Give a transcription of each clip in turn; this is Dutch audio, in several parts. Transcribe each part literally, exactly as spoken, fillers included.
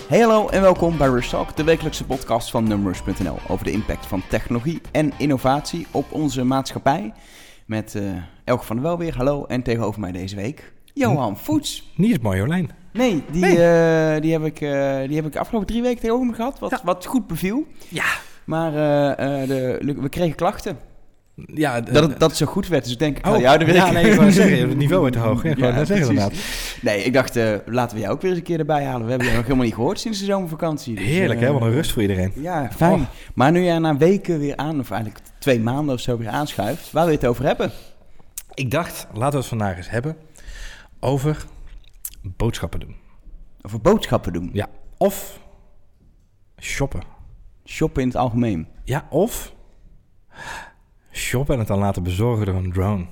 Hey hallo en welkom bij Rush Talk, de wekelijkse podcast van Numbers punt n l over de impact van technologie en innovatie op onze maatschappij. Met uh, Elke van der Wel weer, hallo, en tegenover mij deze week Johan Voets. Niet Marjolein. Nee, die, nee. Uh, die, heb ik, uh, die heb ik afgelopen drie weken tegenover me gehad, wat, ja. wat goed beviel. Ja. Maar uh, uh, de, we kregen klachten. Ja, de, dat, het, dat het zo goed werd, dus denk ik, oh, nou, jou de ja, nee, ik wou zeggen, het niveau werd te hoog. Ja, ik wou ja, net zeggen inderdaad. Nee, ik dacht, uh, laten we jou ook weer eens een keer erbij halen. We hebben je nog helemaal niet gehoord sinds de zomervakantie. Dus, Heerlijk, uh, hè? Wat een rust voor iedereen. Ja, fijn. Oh. Maar nu jij na weken weer aan, of eigenlijk twee maanden of zo weer aanschuift, waar wil je het over hebben? Ik dacht, laten we het vandaag eens hebben over boodschappen doen. Over boodschappen doen? Ja, of shoppen. Shoppen in het algemeen? Ja, of shoppen en het dan laten bezorgen door een drone.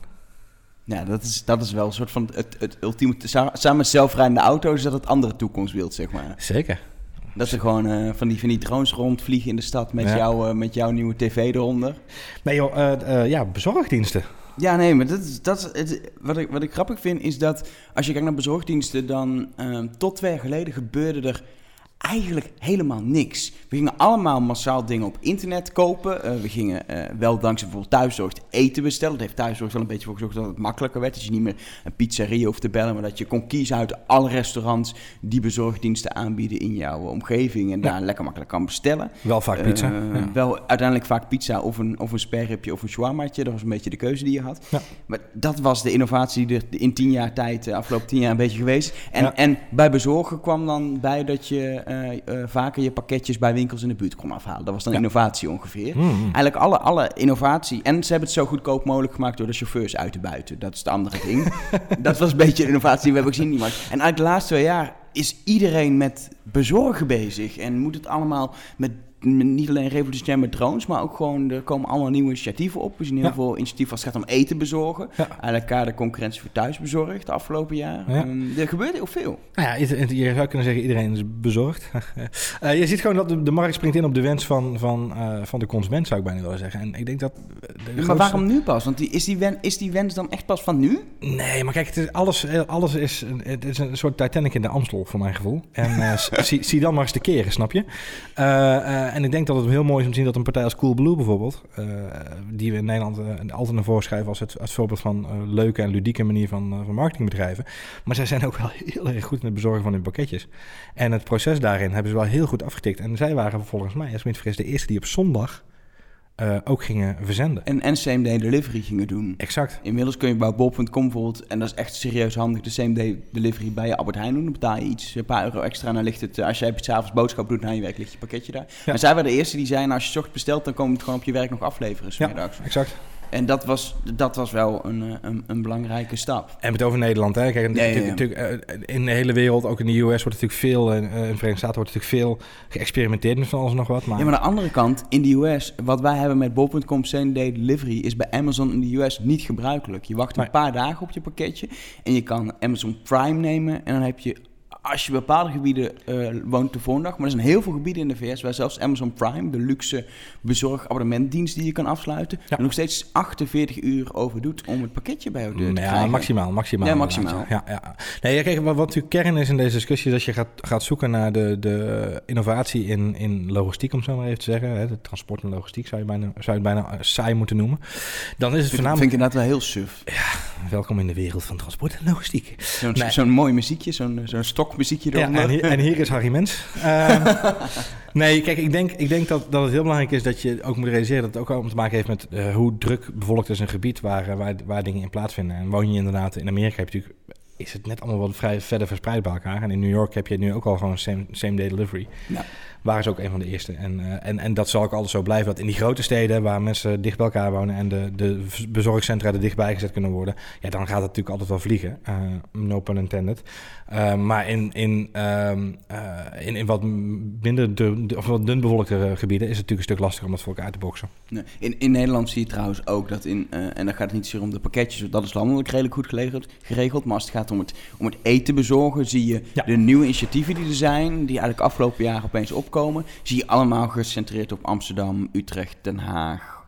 Ja, dat is, dat is wel een soort van het, het ultieme... Samen met zelfrijdende auto's is dat het andere toekomstbeeld, zeg maar. Zeker. Dat er gewoon uh, van, die, van die drones rondvliegen in de stad met, ja. jou, uh, met jouw nieuwe tv eronder. Nee joh, uh, uh, ja, bezorgdiensten. Ja, nee, maar dat is, dat is het, wat, ik, wat ik grappig vind is dat als je kijkt naar bezorgdiensten, dan uh, tot twee jaar geleden gebeurde er eigenlijk helemaal niks. We gingen allemaal massaal dingen op internet kopen. Uh, we gingen uh, wel dankzij bijvoorbeeld Thuiszorg eten bestellen. Dat heeft Thuiszorg wel een beetje voor gezorgd dat het makkelijker werd. Dat je niet meer een pizzeria hoeft te bellen, maar dat je kon kiezen uit alle restaurants die bezorgdiensten aanbieden in jouw omgeving en daar ja. lekker makkelijk kan bestellen. Wel vaak pizza. Uh, ja. Wel uiteindelijk vaak pizza of een, of een sperripje of een shawarmaatje. Dat was een beetje de keuze die je had. Ja. Maar dat was de innovatie die er in tien jaar tijd, de afgelopen tien jaar een beetje geweest. En, ja. en bij bezorgen kwam dan bij dat je Uh, uh, vaker je pakketjes bij winkels in de buurt kon afhalen. Dat was dan ja. innovatie ongeveer. Mm-hmm. Eigenlijk alle, alle innovatie. En ze hebben het zo goedkoop mogelijk gemaakt door de chauffeurs uit te buiten. Dat is het andere ding. Dat was een beetje de innovatie die we hebben gezien. En eigenlijk de laatste twee jaar is iedereen met bezorgen bezig. En moet het allemaal met niet alleen revolutionair met drones, maar ook gewoon, er komen allemaal nieuwe initiatieven op. We zien heel ja. veel initiatieven als het gaat om eten bezorgen. Ja. Eigenlijk de concurrentie voor thuisbezorgd de afgelopen jaar. Ja. Um, er gebeurt heel veel. Nou ja, je zou kunnen zeggen, iedereen is bezorgd. uh, je ziet gewoon dat de, de markt springt in op de wens van, van, uh, van de consument, zou ik bijna willen zeggen. En ik denk dat maar grootste... waarom nu pas? Want die, is, die wen, is die wens dan echt pas van nu? Nee, maar kijk, het is alles, alles is, het is een soort Titanic in de Amstel, voor mijn gevoel. En uh, zie, zie dan maar eens te keren, snap je? Uh, uh, En ik denk dat het heel mooi is om te zien dat een partij als Coolblue bijvoorbeeld, uh, die we in Nederland uh, altijd naar voren schrijven als het, als voorbeeld van uh, leuke en ludieke manier van, uh, van marketingbedrijven. Maar zij zijn ook wel heel erg goed in het bezorgen van hun pakketjes. En het proces daarin hebben ze wel heel goed afgetikt. En zij waren volgens mij, als ik me niet vergis, de eerste die op zondag Uh, ook gingen verzenden. En, en same day delivery gingen doen. Exact. Inmiddels kun je bij bol punt com bijvoorbeeld, en dat is echt serieus handig, de same day delivery bij je Albert Heijn doen. Dan betaal je iets, een paar euro extra en dan ligt het, als jij 's avonds boodschap doet naar je werk, ligt je pakketje daar. Ja. Maar zij waren de eerste die zeiden, als je 's ochtends bestelt, dan komen we het gewoon op je werk nog afleveren. Ja, exact. En dat was, dat was wel een, een, een belangrijke stap. En het over Nederland, hè? Kijk, ja, ja, ja. natuurlijk, in de hele wereld, ook in de U S, wordt natuurlijk veel, in de Verenigde Staten wordt natuurlijk veel geëxperimenteerd met van alles en nog wat. Maar... Ja, maar aan de andere kant, in de U S, wat wij hebben met bol punt com same day delivery, is bij Amazon in de U S niet gebruikelijk. Je wacht een nee. paar dagen op je pakketje en je kan Amazon Prime nemen en dan heb je, als je in bepaalde gebieden uh, woont, de volgende dag. Maar er zijn heel veel gebieden in de V S waar zelfs Amazon Prime, de luxe bezorgabonnementdienst die je kan afsluiten, ja. er nog steeds achtenveertig uur over doet om het pakketje bij jou te ja, krijgen. Maximaal, maximaal. Ja, maximaal. Ja, ja. Nee, kijk, wat, wat natuurlijk kern is in deze discussie, is dat je gaat, gaat zoeken naar de, de innovatie in, in logistiek, om zo maar even te zeggen. Hè, de transport en logistiek zou je bijna, zou je het bijna saai moeten noemen. Dan is het voornamelijk... vind ik inderdaad wel heel suf. Ja, welkom in de wereld van transport en logistiek. Zo'n, nee. zo'n mooi muziekje, zo'n, zo'n stokmuziekje eronder. Ja, en, hier, en hier is Harry Mens. Uh, nee, kijk, ik denk, ik denk dat, dat het heel belangrijk is dat je ook moet realiseren dat het ook allemaal te maken heeft met uh, hoe druk bevolkt is een gebied waar, waar, waar dingen in plaatsvinden. En woon je inderdaad in Amerika, heb je natuurlijk, is het net allemaal wat vrij verder verspreid bij elkaar. En in New York heb je nu ook al gewoon same, same day delivery. Ja. Waren ze ook een van de eerste. En, uh, en, en dat zal ook altijd zo blijven. Dat in die grote steden waar mensen dicht bij elkaar wonen en de, de bezorgcentra er dichtbij gezet kunnen worden, ja, dan gaat het natuurlijk altijd wel vliegen. Uh, no pun intended. Uh, maar in, in, um, uh, in, in wat minder de, de, of wat dun bevolkte gebieden is het natuurlijk een stuk lastiger om dat voor elkaar uit te boksen. Nee. In, in Nederland zie je trouwens ook dat in, uh, en dan gaat het niet zozeer om de pakketjes, want dat is landelijk redelijk goed geregeld, geregeld. Maar als het gaat om het, om het eten bezorgen, zie je ja. de nieuwe initiatieven die er zijn, die eigenlijk afgelopen jaar opeens opkomen, zie je allemaal gecentreerd op Amsterdam, Utrecht, Den Haag,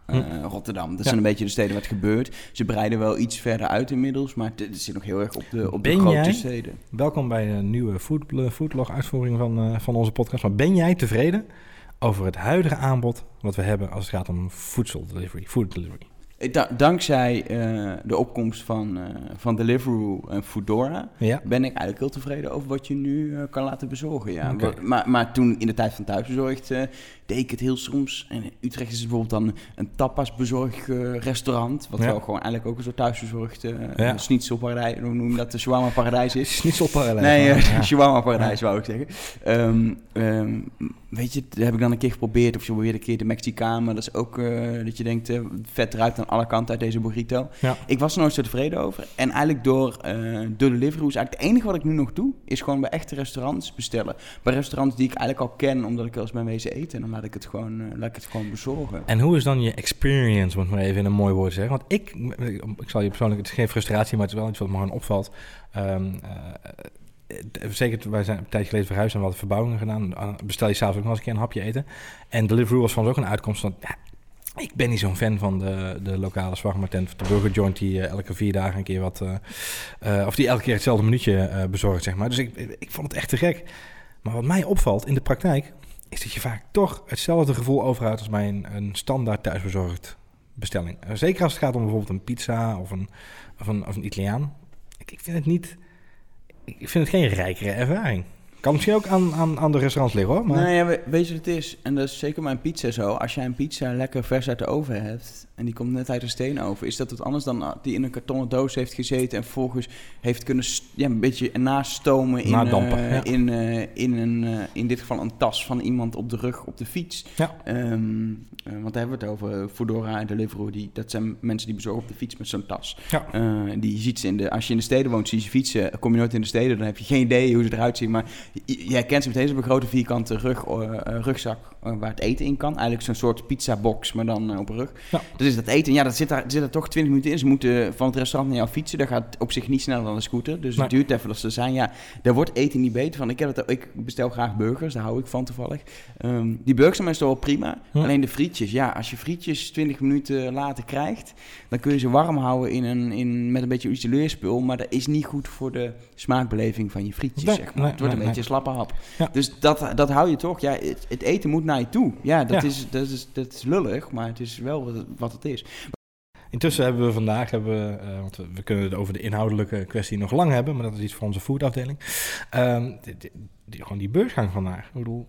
uh, hm. Rotterdam. Dat ja. zijn een beetje de steden waar het gebeurt. Ze breiden wel iets verder uit inmiddels, maar het zit nog heel erg op de, op de grote jij, steden. Welkom bij een nieuwe food, Foodlog uitvoering van, uh, van onze podcast. Maar ben jij tevreden over het huidige aanbod wat we hebben als het gaat om voedseldelivery, food delivery? Da- dankzij uh, de opkomst van, uh, van Deliveroo en Foodora ja. ben ik eigenlijk heel tevreden over wat je nu uh, kan laten bezorgen. Ja. Okay. Maar, maar toen in de tijd van thuisbezorgd uh, deed ik het heel soms. En in Utrecht is het bijvoorbeeld dan een tapasbezorg uh, restaurant, wat ja. wel gewoon eigenlijk ook een soort thuisbezorgd uh, ja. schnitzelparadijs, hoe noem je dat, de shawarma paradijs is. Schnitzelparadijs. Nee, uh, ja. shawarma paradijs ja. wou ik zeggen. Um, um, weet je, dat heb ik dan een keer geprobeerd, of je probeert een keer de Mexicaan, dat is ook uh, dat je denkt, uh, vet eruit aan alle kanten uit deze burrito. Ja. Ik was er nooit zo tevreden over. En eigenlijk door, uh, door Deliveroo is eigenlijk het enige wat ik nu nog doe, is gewoon bij echte restaurants bestellen. Bij restaurants die ik eigenlijk al ken, omdat ik wel eens ben wezen eten. En dan laat ik het gewoon, uh, laat ik het gewoon bezorgen. En hoe is dan je experience, moet ik maar even in een mooi woord zeggen? Want ik, ik zal je persoonlijk, het is geen frustratie, maar het is wel iets wat me gewoon opvalt. Um, uh, Zeker, wij zijn een tijdje geleden verhuisd en we hadden verbouwingen gedaan. Bestel je s'avonds ook nog eens een keer een hapje eten. En Deliveroo was van ook een uitkomst van... Ja, ik ben niet zo'n fan van de, de lokale shawarma tent, de burger joint die uh, elke vier dagen een keer wat... Uh, uh, of die elke keer hetzelfde minuutje uh, bezorgt, zeg maar. Dus ik, ik vond het echt te gek. Maar wat mij opvalt in de praktijk, is dat je vaak toch hetzelfde gevoel overhoudt als bij een, een standaard thuisbezorgd bestelling. Uh, zeker als het gaat om bijvoorbeeld een pizza of een, of een, of een Italiaan. Ik, ik vind het niet... Ik vind het geen rijkere ervaring. Kan misschien ook aan, aan, aan de restaurants liggen, hoor. Maar... Nou ja, weet je wat het is? En dat is zeker bij een pizza zo. Als jij een pizza lekker vers uit de oven hebt en die komt net uit de steenoven, is dat wat anders dan die in een kartonnen doos heeft gezeten en vervolgens heeft kunnen st- ja, een beetje nastomen in, Nadampen, uh, ja. in, uh, in, een, uh, in dit geval een tas van iemand op de rug op de fiets. Ja. Um, uh, want daar hebben we het over. Foodora en Deliveroo, die, dat zijn mensen die bezorgen op de fiets met zo'n tas. Ja. Uh, die ziet ze in de, als je in de steden woont, zie je ze fietsen. Kom je nooit in de steden, dan heb je geen idee hoe ze eruit zien, maar jij kent ze meteen zo'n grote vierkante rug, uh, rugzak uh, waar het eten in kan. Eigenlijk zo'n soort pizzabox, maar dan uh, op een rug. Ja. Dus is dat eten, ja, dat zit daar, zit daar toch twintig minuten in. Ze moeten van het restaurant naar jou fietsen. Dat gaat op zich niet sneller dan een scooter. Dus nee. Het duurt even dat ze zijn. Ja, daar wordt eten niet beter van. Ik, heb het, ik bestel graag burgers, daar hou ik van toevallig. Um, die burgers zijn meestal wel prima. Hm. Alleen de frietjes, ja, als je frietjes twintig minuten later krijgt, dan kun je ze warm houden in een, in, met een beetje isoleerspul. Maar dat is niet goed voor de smaakbeleving van je frietjes, nee, zeg maar. Nee, het wordt nee, een beetje nee. slappe hap. Ja. Dus dat, dat hou je toch. Ja, het, het eten moet naar je toe. Ja, dat, ja. Is, dat, is, dat is lullig, maar het is wel wat het, wat het is. Intussen hebben we vandaag, hebben we, uh, want we, we kunnen het over de inhoudelijke kwestie nog lang hebben, maar dat is iets voor onze foodafdeling. Um, die, die, die, gewoon die beursgang vandaag. Ik bedoel,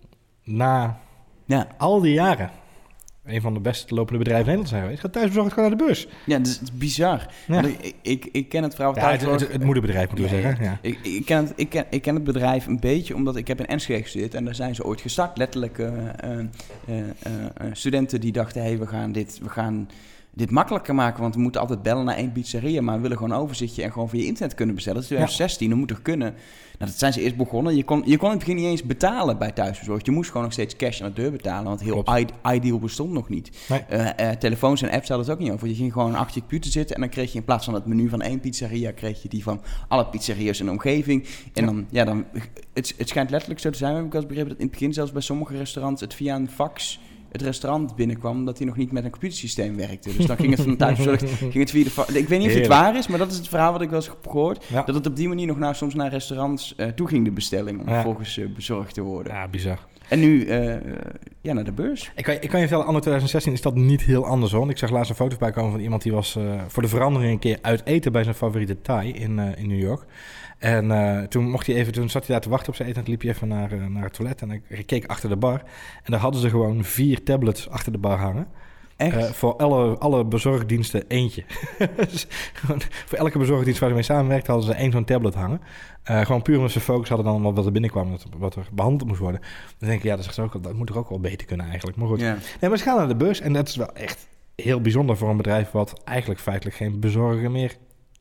na ja. al die jaren een van de best lopende bedrijven in Nederland zijn geweest, gaat thuisbezorgd gewoon naar de beurs. Ja, dat is, het is bizar. Ja. Ik, ik, ik ken het verhaal ja, het, het, het moederbedrijf, moeten we ja, zeggen. Ja. Ik, ik, ken het, ik, ken, ik ken het bedrijf een beetje, omdat ik heb in Enschede gestudeerd en daar zijn ze ooit gestart. Letterlijk uh, uh, uh, uh, studenten die dachten, hey, we gaan dit... We gaan dit makkelijker maken, want we moeten altijd bellen naar één pizzeria, maar we willen gewoon een overzichtje en gewoon via internet kunnen bestellen. Dat is twintig zestien, dat moet toch kunnen? Nou, dat zijn ze eerst begonnen. Je kon, je kon in het begin niet eens betalen bij thuisbezorgd. Je moest gewoon nog steeds cash aan de deur betalen, want heel I- Ideal bestond nog niet. Nee. Uh, uh, telefoons en apps hadden het ook niet over. Je ging gewoon achter je computer zitten en dan kreeg je in plaats van het menu van één pizzeria, kreeg je die van alle pizzeria's in de omgeving. En ja. dan, ja, dan, het, het schijnt letterlijk zo te zijn, heb ik wel eens begrepen, dat in het begin zelfs bij sommige restaurants het via een fax het restaurant binnenkwam, dat hij nog niet met een computersysteem werkte. Dus dan ging het van thuisbezorgd, ging het via de... Va- ik weet niet of het waar is, maar dat is het verhaal wat ik wel eens heb gehoord. Ja. Dat het op die manier nog naar, soms naar restaurants uh, toe ging, de bestelling, om ja. vervolgens uh, bezorgd te worden. Ja, bizar. En nu uh, ja, naar de beurs. Ik kan, ik kan je vertellen, anno twintig zestien is dat niet heel anders hoor. Ik zag laatst een foto bij komen van iemand die was uh, voor de verandering een keer uit eten bij zijn favoriete Thai in, uh, in New York. En uh, toen mocht hij even, toen zat hij daar te wachten op zijn eten en liep hij even naar, uh, naar het toilet en ik keek achter de bar. En daar hadden ze gewoon vier tablets achter de bar hangen. Echt? Uh, voor alle, alle bezorgdiensten eentje. Dus voor elke bezorgdienst waar ze mee samenwerkten hadden ze één zo'n tablet hangen. Uh, gewoon puur omdat ze focus hadden dan wat er binnenkwam, wat er behandeld moest worden. Dan denk ik, ja, dat, is ook, dat moet er ook wel beter kunnen eigenlijk. Maar goed. Yeah. Nee, maar ze gaan naar de beurs en dat is wel echt heel bijzonder voor een bedrijf wat eigenlijk feitelijk geen bezorger meer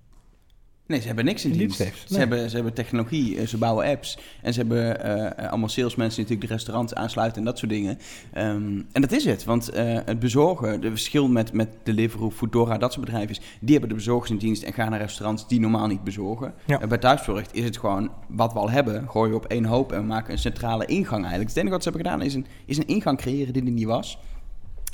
Nee, ze hebben niks in dienst. Nee. Ze, hebben, ze hebben technologie, ze bouwen apps. En ze hebben uh, allemaal salesmensen die natuurlijk de restaurants aansluiten en dat soort dingen. Um, en dat is het. Want uh, het bezorgen, de verschil met, met Deliveroo, Foodora, dat soort bedrijven is, die hebben de bezorgers in dienst en gaan naar restaurants die normaal niet bezorgen. Ja. Uh, bij thuisbezorgd is het gewoon wat we al hebben, gooien we op één hoop en we maken een centrale ingang eigenlijk. Het enige wat ze hebben gedaan is een, is een ingang creëren die er niet was.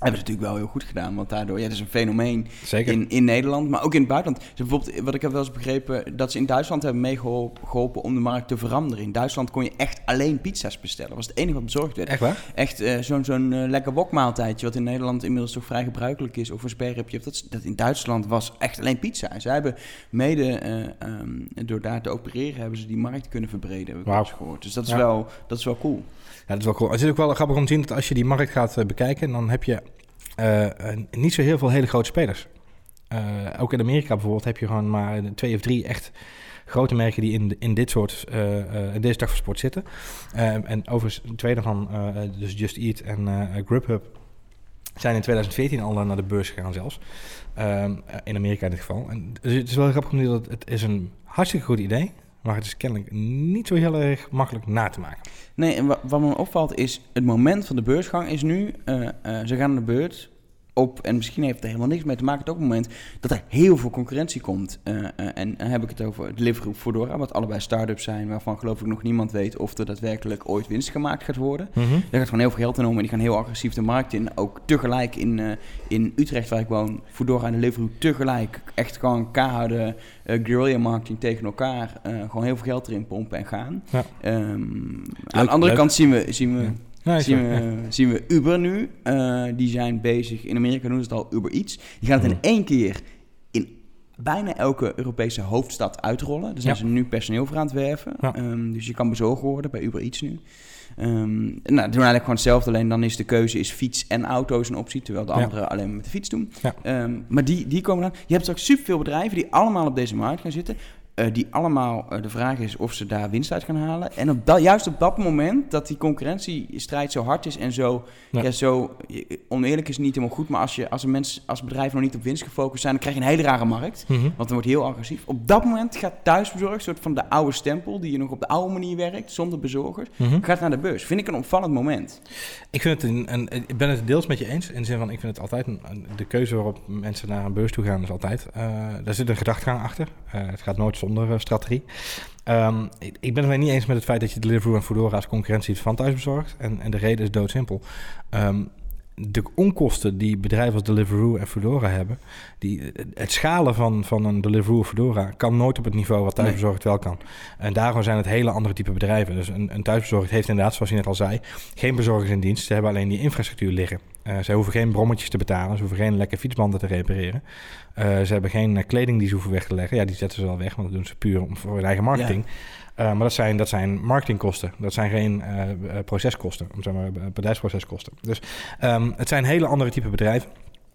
Hebben ze natuurlijk wel heel goed gedaan, want daardoor, ja, dat is een fenomeen in, in Nederland, maar ook in het buitenland. Dus bijvoorbeeld, wat ik heb wel eens begrepen, dat ze in Duitsland hebben meegeholpen om de markt te veranderen. In Duitsland kon je echt alleen pizza's bestellen. Dat was het enige wat bezorgd werd. Echt waar? Echt uh, zo'n, zo'n uh, lekker wokmaaltijdje, wat in Nederland inmiddels toch vrij gebruikelijk is, of een sperripje. Dat, dat in Duitsland was echt alleen pizza. En zij hebben mede, uh, um, door daar te opereren, hebben ze die markt kunnen verbreden, heb ik wow. gehoord. Dus dat is, ja. wel, dat is wel cool. Ja, dat is wel cool. Het is ook wel grappig om te zien dat als je die markt gaat uh, bekijken, dan heb je uh, uh, niet zo heel veel hele grote spelers. Uh, ook in Amerika bijvoorbeeld heb je gewoon maar twee of drie echt grote merken die in, in dit soort, uh, uh, in deze tak van sport zitten. Uh, en overigens, twee daarvan, uh, dus Just Eat en uh, Grubhub, zijn in twintig veertien al naar de beurs gegaan zelfs. Uh, in Amerika in dit geval. En dus het is wel grappig om te zien dat het is een hartstikke goed idee. Maar het is kennelijk niet zo heel erg makkelijk na te maken. Nee, en wat, wat me opvalt is, het moment van de beursgang is nu, uh, uh, ze gaan aan de beurt op, en misschien heeft het er helemaal niks mee te maken, het ook het moment dat er heel veel concurrentie komt. Uh, uh, en dan heb ik het over Deliveroo, Foodora, wat allebei start-ups zijn, waarvan geloof ik nog niemand weet of er daadwerkelijk ooit winst gemaakt gaat worden. Mm-hmm. Daar gaat gewoon heel veel geld in om en die gaan heel agressief de markt in. Ook tegelijk in, uh, in Utrecht, waar ik woon, Foodora en Deliveroo tegelijk echt gewoon keiharde uh, guerrilla marketing tegen elkaar. Uh, gewoon heel veel geld erin pompen en gaan. Ja. Um, aan de andere leuk. kant zien we... Zien we ja. Ja, zien, we, ja. zien we Uber nu. Uh, die zijn bezig, in Amerika doen ze het al, Uber Eats. Die gaan het in één keer in bijna elke Europese hoofdstad uitrollen. Daar zijn ja. ze nu personeel voor aan het werven. Ja. Um, dus je kan bezorgd worden bij Uber Eats nu. Um, nou, doen eigenlijk gewoon hetzelfde, alleen dan is de keuze is fiets en auto's een optie, terwijl de anderen ja. alleen maar met de fiets doen. Ja. Um, maar die, die komen dan. Je hebt straks superveel bedrijven die allemaal op deze markt gaan zitten. Uh, die allemaal, uh, de vraag is of ze daar winst uit gaan halen. En op dat, juist op dat moment dat die concurrentiestrijd zo hard is en zo, ja. Ja, zo oneerlijk is niet helemaal goed. Maar als je als een mens, als bedrijf nog niet op winst gefocust zijn, dan krijg je een hele rare markt. Mm-hmm. Want dan wordt heel agressief. Op dat moment gaat thuisbezorgd, een soort van de oude stempel, die je nog op de oude manier werkt, zonder bezorgers, mm-hmm. gaat naar de beurs. Vind ik een opvallend moment. Ik vind het een, een, ik ben het deels met je eens. In de zin van, ik vind het altijd, een, de keuze waarop mensen naar een beurs toe gaan is altijd, uh, daar zit een gedachtegang achter. Uh, het gaat nooit zonder uh, strategie. Um, ik, ik ben het niet eens met het feit dat je Deliveroo en Foodora als concurrentie van thuisbezorgd. En, en de reden is doodsimpel. Um, de onkosten die bedrijven als Deliveroo en Foodora hebben, die, het schalen van, van een Deliveroo of Foodora kan nooit op het niveau wat thuisbezorgd wel kan. En daarom zijn het hele andere type bedrijven. Dus een, een thuisbezorgd heeft inderdaad, zoals je net al zei, geen bezorgers in dienst. Ze hebben alleen die infrastructuur liggen. Uh, ze hoeven geen brommetjes te betalen. Ze hoeven geen lekke fietsbanden te repareren. Uh, ze hebben geen uh, kleding die ze hoeven weg te leggen. Ja, die zetten ze wel weg, want dat doen ze puur om, voor hun eigen marketing. Ja. Uh, maar dat zijn, dat zijn marketingkosten. Dat zijn geen uh, uh, proceskosten, zeg maar, bedrijfsproceskosten. Dus um, het zijn hele andere type bedrijven.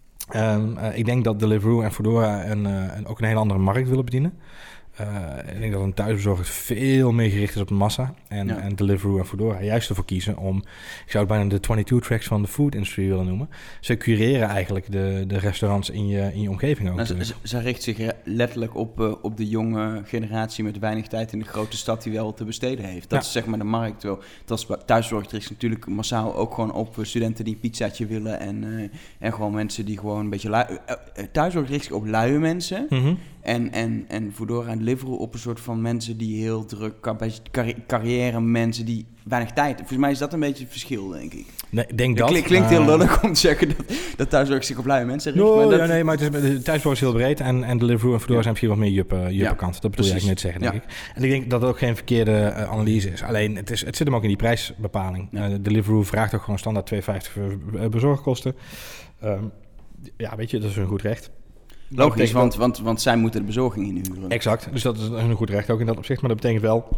Um, uh, ik denk dat Deliveroo en Foodora een, uh, een, ook een hele andere markt willen bedienen. Uh, ik denk dat een thuisbezorgd veel meer gericht is op de massa. En, ja. en Deliveroo en Foodora juist ervoor kiezen om, ik zou het bijna de tweeëntwintig tracks van de food industry willen noemen. Ze cureren eigenlijk de, de restaurants in je, in je omgeving ook. Nou, ze, ze richt zich letterlijk op, uh, op de jonge generatie met weinig tijd in de grote stad die wel te besteden heeft. Dat ja. is zeg maar de markt. Wel. Dat is thuisbezorgd richt zich natuurlijk massaal ook gewoon op studenten die een pizzaatje willen. En, uh, en gewoon mensen die gewoon een beetje lui... Uh, uh, thuisbezorgd richt zich op luie mensen. Mm-hmm. En, en, en Foodora en Deliveroo op een soort van mensen die heel druk, een beetje carri- carrière mensen die weinig tijd. Volgens mij is dat een beetje het verschil, denk ik. Nee, denk dat. Het klinkt heel lullig om te zeggen dat, dat thuiszorg zich op luie mensen richt. No, maar dat... ja, nee, maar het is, thuiszorg is heel breed en, en Deliveroo en Foodora ja. zijn misschien wat meer juppen, juppenkant. Ja, dat bedoel je eigenlijk net zeggen, denk ja. ik. En ik denk dat dat ook geen verkeerde uh, analyse is. Alleen, het, is, het zit hem ook in die prijsbepaling. Ja. Uh, Deliveroo vraagt ook gewoon standaard twee vijftig voor bezorgkosten. Um, ja, weet je, dat is een goed recht. Logisch, want, want, want zij moeten de bezorging inhuren. Exact, dus dat is een goed recht ook in dat opzicht. Maar dat betekent wel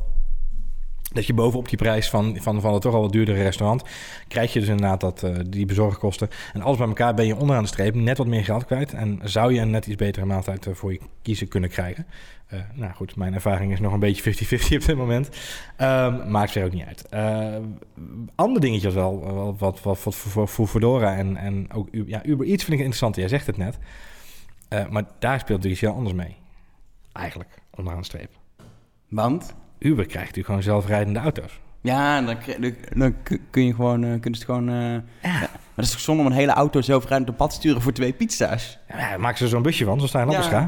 dat je bovenop die prijs van, van, van het toch al wat duurdere restaurant, krijg je dus inderdaad dat, uh, die bezorgkosten. En alles bij elkaar ben je onderaan de streep net wat meer geld kwijt. En zou je een net iets betere maaltijd uh, voor je kiezen kunnen krijgen. Uh, nou goed, mijn ervaring is nog een beetje vijftig vijftig op dit moment. Um, maakt er ook niet uit. Uh, ander dingetje wel, wel wat, wat, wat voor, voor Foodora en, en ook ja, Uber Eats vind ik interessant. Jij zegt het net. Uh, maar daar speelt natuurlijk heel anders mee. Eigenlijk, onderaan de streep. Want? Uber krijgt natuurlijk gewoon zelfrijdende auto's. Ja, dan, dan, dan kun je gewoon... Uh, kun je het gewoon uh, ja. Ja. Maar dat is toch zonde om een hele auto zelfrijdend op pad te sturen voor twee pizza's? Ja, maken ze zo'n busje van, zo staan op de schaar.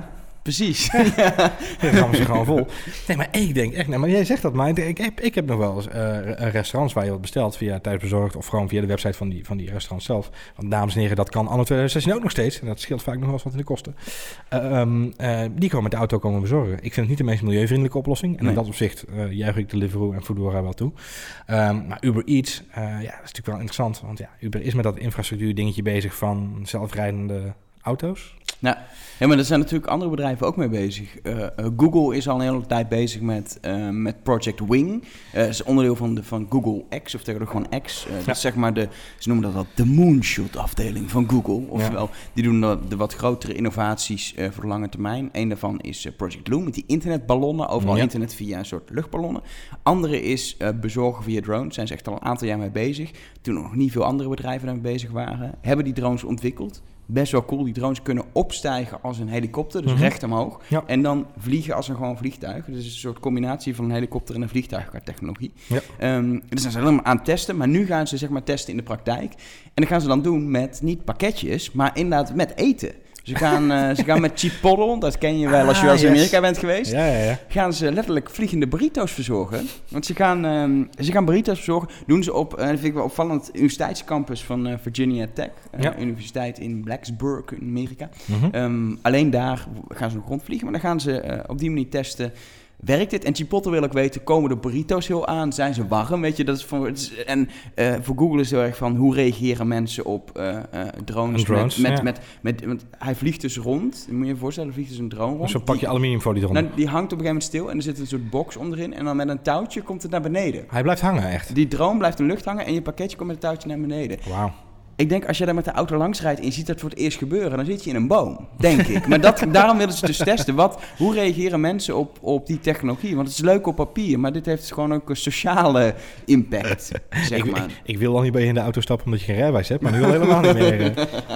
precies. Ja. Dan gaan we ze gewoon vol. Nee, maar ik denk echt... Nee, maar jij zegt dat, maar ik heb, ik heb nog wel eens uh, restaurants waar je wat bestelt via Thuisbezorgd of gewoon via de website van die, van die restaurant zelf. Want dames en heren, dat kan anno twintig zestien ook nog steeds. En dat scheelt vaak nog wel eens wat in de kosten. Uh, um, uh, die gewoon met de auto komen bezorgen. Ik vind het niet de meest milieuvriendelijke oplossing. En nee. in dat opzicht uh, juich ik Deliveroo en Foodora wel toe. Um, maar Uber Eats, uh, ja, dat is natuurlijk wel interessant. Want ja, Uber is met dat infrastructuur dingetje bezig van zelfrijdende auto's. Nou, ja, maar er zijn natuurlijk andere bedrijven ook mee bezig. Uh, uh, Google is al een hele tijd bezig met, uh, met Project Wing. Uh, dat is onderdeel van, de, van Google X, of tegenwoordig gewoon X. Uh, ja. Dat is zeg maar de, ze noemen dat wel de moonshot afdeling van Google. Oftewel, ja. die doen de, de wat grotere innovaties uh, voor de lange termijn. Eén daarvan is uh, Project Loom, met die internetballonnen. Overal ja. internet via een soort luchtballonnen. Andere is uh, bezorgen via drones. Daar zijn ze echt al een aantal jaar mee bezig. Toen nog niet veel andere bedrijven daarmee bezig waren. Hebben die drones ontwikkeld. Best wel cool. Die drones kunnen opstijgen als een helikopter, dus mm-hmm. recht omhoog. Ja. En dan vliegen als een gewoon vliegtuig. Dus een soort combinatie van een helikopter en een vliegtuig qua technologie. Ja. Um, dus zijn ze helemaal aan het testen. Maar nu gaan ze zeg maar testen in de praktijk. En dat gaan ze dan doen met niet pakketjes, maar inderdaad met eten. Ze gaan, uh, ze gaan met Chipotle, dat ken je wel als je wel eens in Amerika bent geweest. Ja, ja, ja. Gaan ze letterlijk vliegende burrito's verzorgen. Want ze gaan, um, ze gaan burrito's verzorgen. Doen ze op, uh, dat vind ik wel opvallend, universiteitscampus van uh, Virginia Tech. Uh, ja. Universiteit in Blacksburg in Amerika. Mm-hmm. Um, alleen daar gaan ze nog rondvliegen. Maar dan gaan ze uh, op die manier testen. Werkt dit? En Chipotle wil ook weten, komen de burrito's heel aan? Zijn ze warm? Weet je, dat is voor, is, en uh, voor Google is het heel erg van, hoe reageren mensen op uh, uh, drones? drones met, met, ja. met, met, met, want hij vliegt dus rond. Moet je je voorstellen, er vliegt dus een drone rond. Zo pak je aluminiumfolie eronder. Nou, die hangt op een gegeven moment stil en er zit een soort box onderin. En dan met een touwtje komt het naar beneden. Hij blijft hangen, echt? Die drone blijft in de lucht hangen en je pakketje komt met een touwtje naar beneden. Wauw. Ik denk, als je daar met de auto langs rijdt en je ziet dat voor het eerst gebeuren, dan zit je in een boom, denk ik. Maar dat, daarom willen ze dus testen. Wat, hoe reageren mensen op, op die technologie? Want het is leuk op papier, maar dit heeft gewoon ook een sociale impact, zeg ik, maar. Ik, ik wil al niet bij je in de auto stappen omdat je geen rijbewijs hebt, maar nu al helemaal niet meer.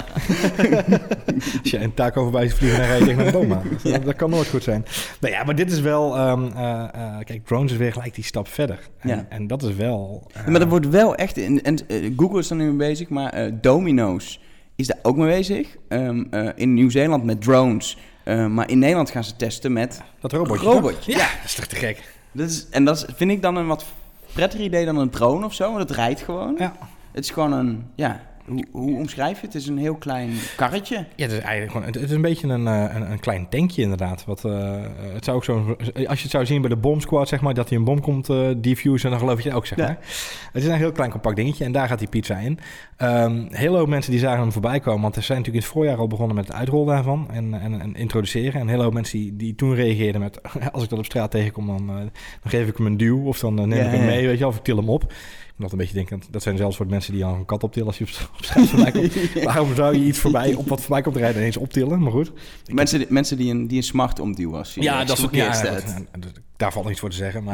Als je een taco voorbij vliegen, dan rij je tegen een boom aan. Dat, ja. dat kan nooit goed zijn. Nou ja, maar dit is wel... Um, uh, uh, kijk, drones is weer gelijk die stap verder. En, ja. en dat is wel... Uh, ja, maar dat wordt wel echt... En, en uh, Google is er nu mee bezig, maar... Uh, Domino's is daar ook mee bezig. Um, uh, in Nieuw-Zeeland met drones. Uh, maar in Nederland gaan ze testen met... Dat robotje. robotje. Ja, ja, dat is toch te gek. Dat is, en dat is, vind ik dan een wat prettiger idee dan een drone of zo. Want het rijdt gewoon. Ja. Het is gewoon een... Ja, hoe, hoe omschrijf je het? Het is een heel klein karretje. Ja, het is eigenlijk gewoon... Het, het is een beetje een, een, een klein tankje inderdaad. Wat, uh, het zou ook zo... Als je het zou zien bij de Bomb Squad, zeg maar... dat hij een bom komt uh, diffusen, dan geloof je het ook, zeg maar. Ja. Het is een heel klein compact dingetje en daar gaat die pizza in. Um, heel veel mensen die zagen hem voorbij komen... want er zijn natuurlijk in het voorjaar al begonnen met het uitrollen daarvan... en, en, en introduceren. En heel veel mensen die, die toen reageerden met... als ik dat op straat tegenkom, dan, uh, dan geef ik hem een duw... of dan uh, neem ja, ik hem mee, ja. weet je, of ik til hem op... Ik moet altijd een beetje denken, dat zijn zelfs voor mensen die al een kat optillen als je op, op straat voorbij komt. ja. Waarom zou je iets voorbij, op wat voorbij komt rijden, ineens optillen? Maar goed. Mensen, die, mensen die een, die een smart omduw was. Ja, dat is ook ja, ja, daar valt niets voor te zeggen. Maar,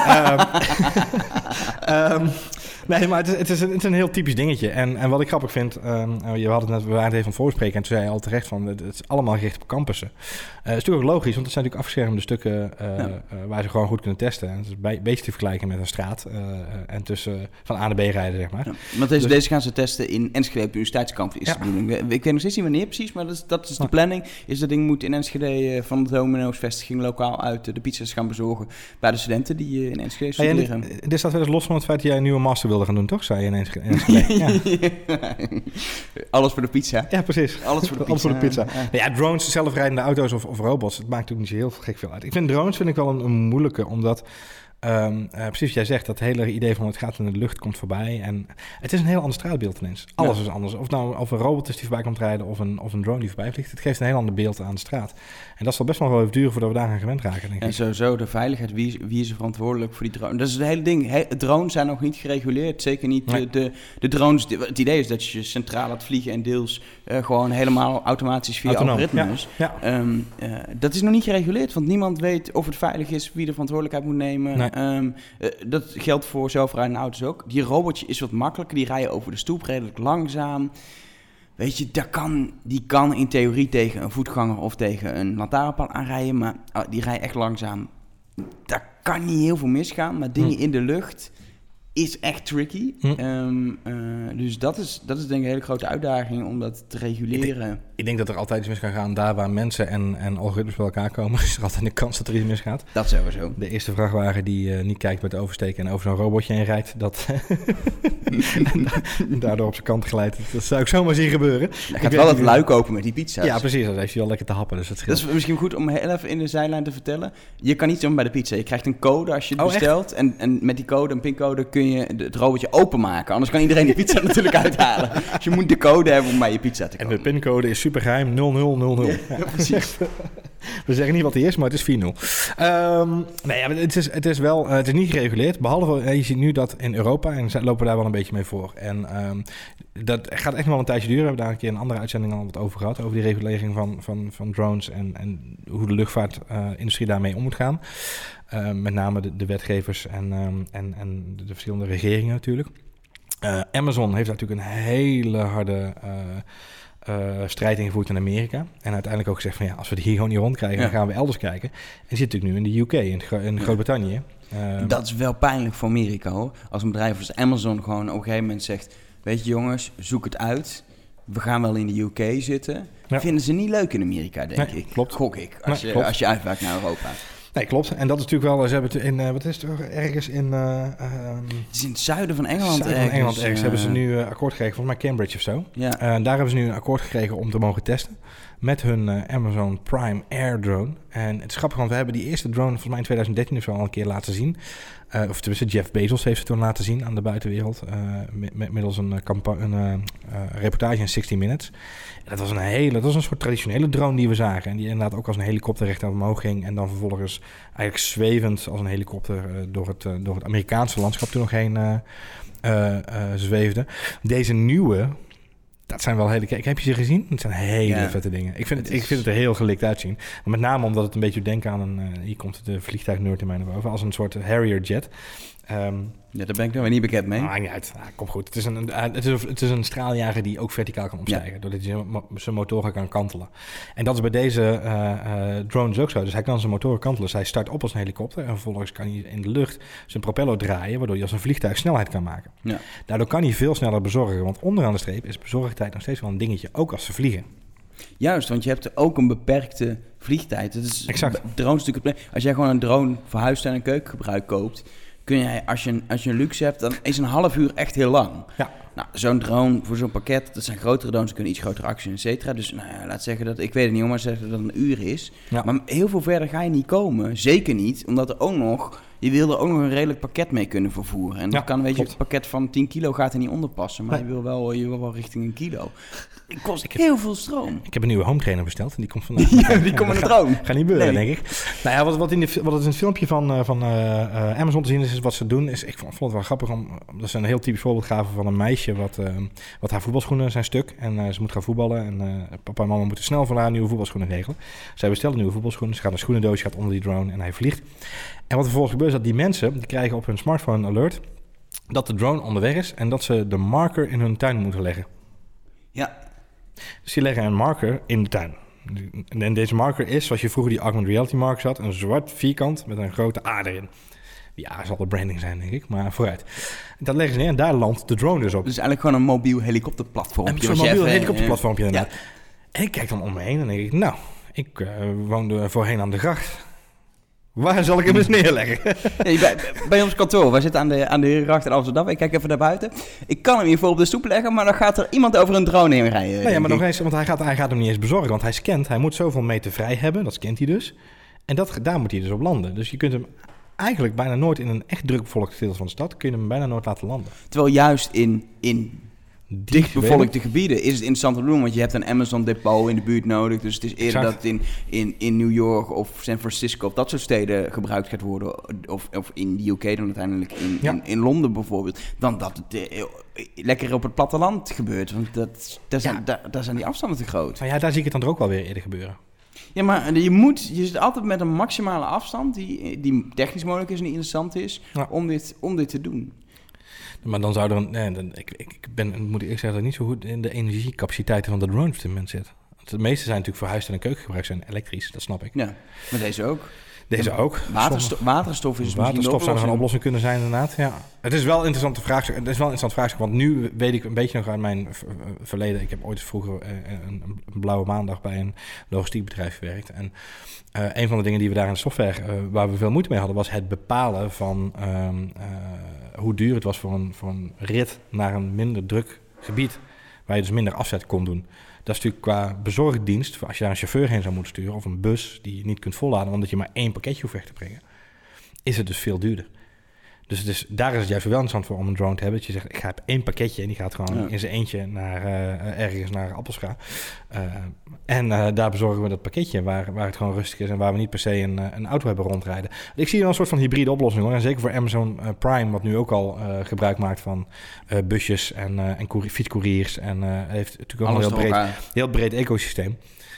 um, um, nee, maar het is, het, is een, het is een heel typisch dingetje. En, en wat ik grappig vind, um, je had het net, we waren het even aan het voorspreken en toen zei je al terecht van, het, het is allemaal gericht op campussen. Uh, het is natuurlijk ook logisch, want het zijn natuurlijk afgeschermde stukken uh, ja. uh, waar ze gewoon goed kunnen testen. En het is een beetje te vergelijken met een straat uh, en tussen van A naar B rijden, zeg maar. Ja, want deze, dus, deze gaan ze testen in Enschede op de universiteitscampus. Ja. Ik weet nog steeds niet wanneer precies, maar dat is, dat is de planning. Is dat ding moet in Enschede uh, van de Domino's vestiging lokaal uit uh, de pizza's gaan bezorgen bij de studenten die uh, in Enschede studeren. Ja, dit staat wel eens los van het feit dat jij een nieuwe master wilde gaan doen, toch? Zei je in Enschede. Ja. Alles voor de pizza. Ja, precies. Alles voor de pizza. Alles voor de pizza. Ja, ja, drones, zelfrijdende auto's of, of robots, het maakt natuurlijk niet zo heel gek veel uit. Ik vind drones vind ik wel een, een moeilijke, omdat... Um, uh, precies wat jij zegt, dat hele idee van het gaat in de lucht komt voorbij. En het is een heel ander straatbeeld ineens. Alles ja. is anders. Of nou of een robot is die voorbij komt rijden of een, of een drone die voorbij vliegt. Het geeft een heel ander beeld aan de straat. En dat zal best nog wel even duren voordat we daar gaan gewend raken, denk en ik. sowieso de veiligheid. Wie, wie is er verantwoordelijk voor die drone? Dat is het hele ding. He, drones zijn nog niet gereguleerd. Zeker niet nee. de, de, de drones. De, het idee is dat je centraal laat vliegen en deels uh, gewoon helemaal automatisch via Autonoom. algoritmes. Ja. Ja. Um, uh, dat is nog niet gereguleerd, want niemand weet of het veilig is, wie de verantwoordelijkheid moet nemen. Nee. Um, uh, dat geldt voor zelfrijdende auto's ook. Die robotje is wat makkelijker. Die rijden over de stoep redelijk langzaam. Weet je, dat kan, die kan in theorie tegen een voetganger of tegen een lantaarnpaal aanrijden, maar uh, die rijdt echt langzaam. Daar kan niet heel veel misgaan, maar dingen hm. in de lucht is echt tricky. Hm. Um, uh, dus dat is, dat is denk ik een hele grote uitdaging om dat te reguleren. Ik denk, ik denk dat er altijd iets mis kan gaan. Daar waar mensen en, en algoritmes bij elkaar komen, is er altijd een kans dat er iets misgaat. Dat sowieso. De eerste vrachtwagen die uh, niet kijkt met oversteken en over zo'n robotje heen rijdt, dat daardoor op zijn kant glijdt. Dat zou ik zomaar zien gebeuren. Hij gaat wel het luik open met die pizza's. Ja, precies. Dat heeft hij wel lekker te happen. Dus dat, dat is misschien goed om heel even in de zijlijn te vertellen. Je kan niet zomaar bij de pizza. Je krijgt een code als je het oh, bestelt. En, en met die code, een pincode, kun je het robotje openmaken. Anders kan iedereen die pizza natuurlijk uithalen. Dus je moet de code hebben om bij je pizza te komen. En de pincode is super geheim, nul nul nul nul. Ja, ja. Precies. We zeggen niet wat hij is, maar het is vier nul. Um, nee, ja, het, is, het is wel, uh, het is niet gereguleerd. Behalve, je ziet nu dat in Europa, en lopen we daar wel een beetje mee voor. En um, dat gaat echt nog wel een tijdje duren. We hebben daar een keer een andere uitzending al wat over gehad. Over die regulering van, van, van drones en, en hoe de luchtvaartindustrie uh, daarmee om moet gaan. Uh, met name de, de wetgevers en, um, en, en de verschillende regeringen natuurlijk. Uh, Amazon heeft natuurlijk een hele harde uh, uh, strijd ingevoerd in Amerika. En uiteindelijk ook gezegd van ja, als we die hier gewoon niet rondkrijgen, ja. dan gaan we elders kijken. En die zit natuurlijk nu in de U K, in, Gro- in Groot-Brittannië. Uh, dat is wel pijnlijk voor Amerika hoor. Als een bedrijf als Amazon gewoon op een gegeven moment zegt, weet je jongens, zoek het uit. We gaan wel in de U K zitten. Ja. Vinden ze niet leuk in Amerika, denk nee, ik. Klopt. Gok ik, als, nee, je, als je uitwijkt naar Europa. Nee, klopt. En dat is natuurlijk wel... Ze hebben het in... Uh, wat is het toch? Ergens in... Uh, um, het is in het zuiden van Engeland zuiden ergens. van Engeland ergens. Uh, hebben ze nu uh, akkoord gekregen. Volgens mij Cambridge of zo. Ja. Uh, daar hebben ze nu een akkoord gekregen om te mogen testen. Met hun uh, Amazon Prime Air drone. En het is grappig, want we hebben die eerste drone... volgens mij in twintig dertien of zo al een keer laten zien. Uh, of tenminste, Jeff Bezos heeft ze toen laten zien aan de buitenwereld. Uh, met, middels een, uh, campa- een uh, uh, reportage in zestig minutes. En dat was een hele... Dat was een soort traditionele drone die we zagen. En die inderdaad ook als een helikopter recht naar omhoog ging. En dan vervolgens eigenlijk zwevend als een helikopter... Uh, door, het, uh, door het Amerikaanse landschap toen nog heen uh, uh, uh, zweefde. Deze nieuwe... Dat zijn wel hele... Kijk, heb je ze gezien? Het zijn hele ja. vette dingen. Ik vind het, is... ik vind het er heel gelikt uitzien. Maar met name omdat het een beetje denkt aan een... Uh, hier komt de vliegtuignerd in mij naar boven. Als een soort Harrier jet. Um, ja, daar ben ik nog weer niet bekend mee. Maakt niet uit. Ah, kom goed. Het is, een, uh, het, is een, het is een straaljager die ook verticaal kan opstijgen. Ja. Doordat hij zijn motoren kan kantelen. En dat is bij deze uh, uh, drones ook zo. Dus hij kan zijn motoren kantelen. Dus hij start op als een helikopter. En vervolgens kan hij in de lucht zijn propeller draaien. Waardoor hij als een vliegtuig snelheid kan maken. Ja. Daardoor kan hij veel sneller bezorgen. Want onderaan de streep is bezorgtijd nog steeds wel een dingetje. Ook als ze vliegen. Juist, want je hebt ook een beperkte vliegtijd. Het is exact. Drones natuurlijk. Als jij gewoon een drone voor huistuin en keukengebruik koopt... kun jij, als je, een, als je een luxe hebt, dan is een half uur echt heel lang. Ja. Nou, zo'n drone voor zo'n pakket, dat zijn grotere drones, kunnen iets grotere acties, et cetera. Dus nou ja, laat zeggen dat, ik weet het niet, maar zeggen dat het een uur is. Ja. Maar heel veel verder ga je niet komen. Zeker niet, omdat er ook nog, je wil er ook nog een redelijk pakket mee kunnen vervoeren. En dat ja, kan, weet klopt. je, een pakket van tien kilo gaat er niet onder passen, maar nee. je, wil wel, je wil wel richting een kilo. Het kost ik heel heb, veel stroom. Ik heb een nieuwe home trainer besteld en die komt vandaag. ja, die komt met een drone. Gaat niet beuren, nee. denk ik. Nou ja, wat, wat, in de, wat het in het filmpje van, uh, van uh, uh, Amazon te zien is, is wat ze doen, is, ik vond, vond het wel grappig, om, dat ze een heel typisch voorbeeld gaven van een meisje, wat, uh, wat haar voetbalschoenen zijn stuk en uh, ze moet gaan voetballen en uh, papa en mama moeten snel voor haar nieuwe voetbalschoenen regelen. Zij bestelt nieuwe voetbalschoenen, ze gaat een schoenendoosje, gaat onder die drone en hij vliegt. En wat er vervolgens gebeurt is dat die mensen, die krijgen op hun smartphone een alert dat de drone onderweg is en dat ze de marker in hun tuin moeten leggen. Ja. Dus die leggen een marker in de tuin. En deze marker is, zoals je vroeger die augmented reality marker had, een zwart vierkant met een grote A erin. Die A zal de branding zijn, denk ik, maar vooruit. Dat leggen ze neer en daar landt de drone dus op. Dus eigenlijk gewoon een mobiel helikopterplatformpje. Een mobiel helikopterplatformpje, inderdaad. Ja. En ik kijk dan om me heen en denk ik, nou, ik uh, woonde voorheen aan de gracht. Waar zal ik hem eens neerleggen? Nee, bij, bij ons kantoor, wij zitten aan de, aan de Herengracht in Amsterdam. Ik kijk even naar buiten. Ik kan hem hiervoor op de stoep leggen, maar dan gaat er iemand over een drone heen rijden. Nee, ja, maar nog eens, want hij gaat, hij gaat hem niet eens bezorgen. Want hij scant, hij moet zoveel meter vrij hebben, dat scant hij dus. En dat, daar moet hij dus op landen. Dus je kunt hem eigenlijk bijna nooit in een echt drukbevolkt gedeelte van de stad, kun je hem bijna nooit laten landen. Terwijl juist in... in dichtbevolkte gebieden is het interessant te doen, want je hebt een Amazon depot in de buurt nodig, dus het is eerder exact. dat het in, in, in New York of San Francisco of dat soort steden gebruikt gaat worden, of, of in de U K dan uiteindelijk in, ja. in, in Londen bijvoorbeeld, dan dat het eh, lekker op het platteland gebeurt, want dat, daar, zijn, ja. daar, daar zijn die afstanden te groot. Nou ja, daar zie ik het dan ook wel weer eerder gebeuren. Ja, maar je moet, je zit altijd met een maximale afstand die, die technisch mogelijk is en die interessant is ja. om, dit, om dit te doen. Maar dan zou er een... Nee, dan, ik, ik ben, moet ik eerst zeggen, dat ik niet zo goed in de energiecapaciteiten van de drones op dit moment zit. Want de meeste zijn natuurlijk voor huis- en keukengebruik zijn elektrisch, dat snap ik. Ja, maar deze ook. Deze ook. Waterstof, waterstof is Waterstof zou nog een oplossing kunnen zijn, inderdaad. Ja. Het is wel een interessante vraagstuk. Het is wel een interessant vraagstuk, want nu weet ik een beetje nog uit mijn v- verleden. Ik heb ooit vroeger uh, een, een blauwe maandag bij een logistiek bedrijf gewerkt. En uh, een van de dingen die we daar in de software, uh, waar we veel moeite mee hadden, was het bepalen van um, uh, hoe duur het was voor een, voor een rit naar een minder druk gebied, waar je dus minder afzet kon doen. Dat is natuurlijk qua bezorgdienst, als je daar een chauffeur heen zou moeten sturen of een bus die je niet kunt volladen, omdat je maar één pakketje hoeft weg te brengen, is het dus veel duurder. Dus, dus daar is het juist wel interessant voor om een drone te hebben. Dat je zegt, ik ga op één pakketje en die gaat gewoon ja. in zijn eentje naar, uh, ergens naar Appelscha. Uh, en uh, daar bezorgen we dat pakketje waar, waar het gewoon rustig is en waar we niet per se een, een auto hebben rondrijden. Ik zie wel een soort van hybride oplossing hoor. En zeker voor Amazon uh, Prime, wat nu ook al uh, gebruik maakt van uh, busjes en, uh, en courier, fietscouriers. En uh, heeft natuurlijk ook een heel breed, heel breed ecosysteem.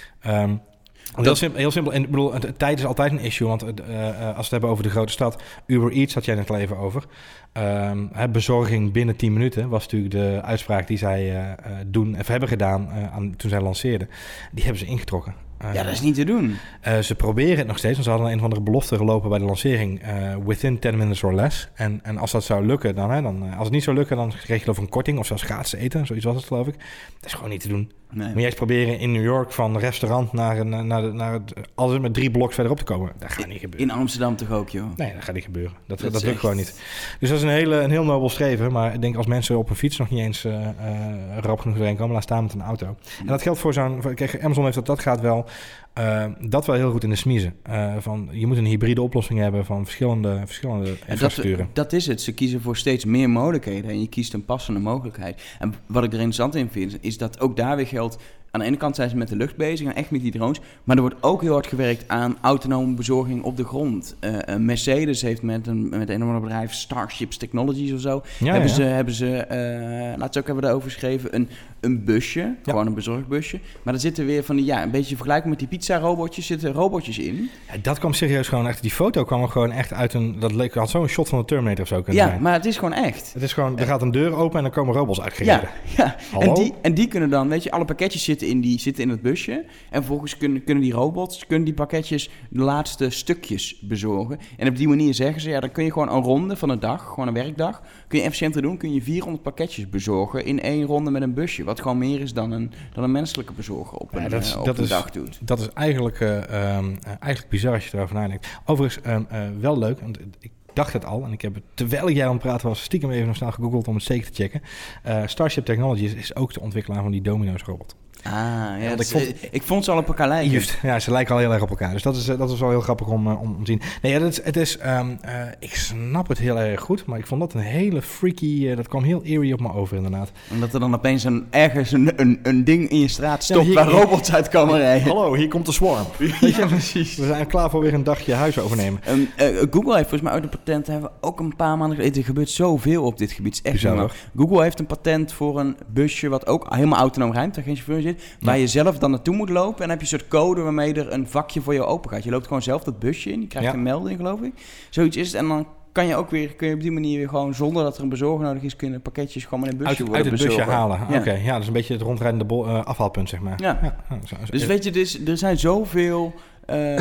Um, Heel simpel, heel simpel. En ik bedoel, het, tijd is altijd een issue. Want uh, uh, als we het hebben over de grote stad, Uber Eats had jij net al even over. Um, hè, bezorging binnen tien minuten was natuurlijk de uitspraak die zij uh, doen of hebben gedaan uh, aan, toen zij lanceerden. Die hebben ze ingetrokken. Uh, ja, dat is niet te doen. Uh, ze proberen het nog steeds, want ze hadden een of andere belofte gelopen bij de lancering. Uh, within ten minutes or less. En, en als dat zou lukken, dan, hè, dan, als het niet zou lukken, dan kreeg je geloof ik een korting of zelfs gratis eten. Zoiets was het geloof ik. Dat is gewoon niet te doen. Nee. Moet jij eens proberen in New York van restaurant naar, een, naar, de, naar het, alles met drie bloks verderop te komen. Dat gaat niet gebeuren. In Amsterdam toch ook, joh? Nee, dat gaat niet gebeuren. Dat, dat, dat lukt echt... gewoon niet. Dus dat is een, hele, een heel nobel streven. Maar ik denk als mensen op een fiets nog niet eens uh, uh, rap genoeg erin komen, laat staan met een auto. En dat geldt voor zo'n... Kijk, Amazon heeft dat, dat gaat wel... Uh, dat wel heel goed in de smiezen. Uh, van, je moet een hybride oplossing hebben van verschillende, verschillende infrastructuren. Dat, dat is het. Ze kiezen voor steeds meer mogelijkheden en je kiest een passende mogelijkheid. En wat ik er interessant in vind, is dat ook daar weer geldt... Aan de ene kant zijn ze met de lucht bezig en echt met die drones. Maar er wordt ook heel hard gewerkt aan autonome bezorging op de grond. Uh, Mercedes heeft met een, met een of ander bedrijf, Starships Technologies of zo... Ja, hebben, ja. Ze, hebben ze, uh, laatst ook hebben we daarover geschreven, een, een busje. Ja. Gewoon een bezorgbusje. Maar er zitten weer van die, ja, een beetje vergelijkbaar met die pizza-robotjes, zitten robotjes in. Ja, dat kwam serieus gewoon echt, die foto kwam er gewoon echt uit een... Dat leek, had zo'n shot van de Terminator of zo kunnen Ja, zijn. maar het is gewoon echt. Het is gewoon, er gaat een deur open en dan komen robots uitgereden. Ja, ja. En, die, en die kunnen dan, weet je, alle pakketjes zitten in die zitten in het busje. En vervolgens kunnen, kunnen die robots, kunnen die pakketjes de laatste stukjes bezorgen. En op die manier zeggen ze, ja, dan kun je gewoon een ronde van een dag, gewoon een werkdag, kun je efficiënter doen, kun je vierhonderd pakketjes bezorgen in één ronde met een busje. Wat gewoon meer is dan een, dan een menselijke bezorger op een, ja, dat is, uh, op dat een is, dag doet. Dat is eigenlijk, uh, um, eigenlijk bizar als je erover nadenkt. Overigens, um, uh, wel leuk, want ik dacht het al en ik heb het, terwijl jij aan het praten was, stiekem even nog snel gegoogeld om het zeker te checken. Uh, Starship Technologies is ook de ontwikkelaar van die Domino's robot. Ah, ja, ja ik, vond, ik vond ze al op elkaar lijken. Juist, ja, ze lijken al heel erg op elkaar. Dus dat is, dat is wel heel grappig om, om, om te zien. Nee, ja, dat is, het is, um, uh, ik snap het heel erg goed, maar ik vond dat een hele freaky, uh, dat kwam heel eerie op me over inderdaad. Omdat er dan opeens een, ergens een, een, een ding in je straat stopt ja, hier, waar hier, robots uit komen rijden. Hallo, hier komt de swarm. Ja, precies. We zijn klaar voor weer een dagje huis overnemen. Um, uh, Google heeft volgens mij ook een patent, hebben we ook een paar maanden geleden. Er gebeurt zoveel op dit gebied. Echt bizar. Google heeft een patent voor een busje wat ook helemaal autonoom rijdt, waar geen chauffeur zit, waar ja. je zelf dan naartoe moet lopen en dan heb je een soort code waarmee er een vakje voor je open gaat. Je loopt gewoon zelf dat busje in, je krijgt ja. een melding geloof ik. Zoiets is het en dan kan je ook weer, kun je op die manier weer gewoon zonder dat er een bezorger nodig is, kunnen pakketjes gewoon met een busje uit, worden uit het bezorgen. busje halen. Ja. Oké, okay, ja, dat is een beetje het rondrijdende bol, uh, afhaalpunt zeg maar. Ja. ja. ja zo, zo. Dus weet je, dus, er zijn zoveel Uh, uh,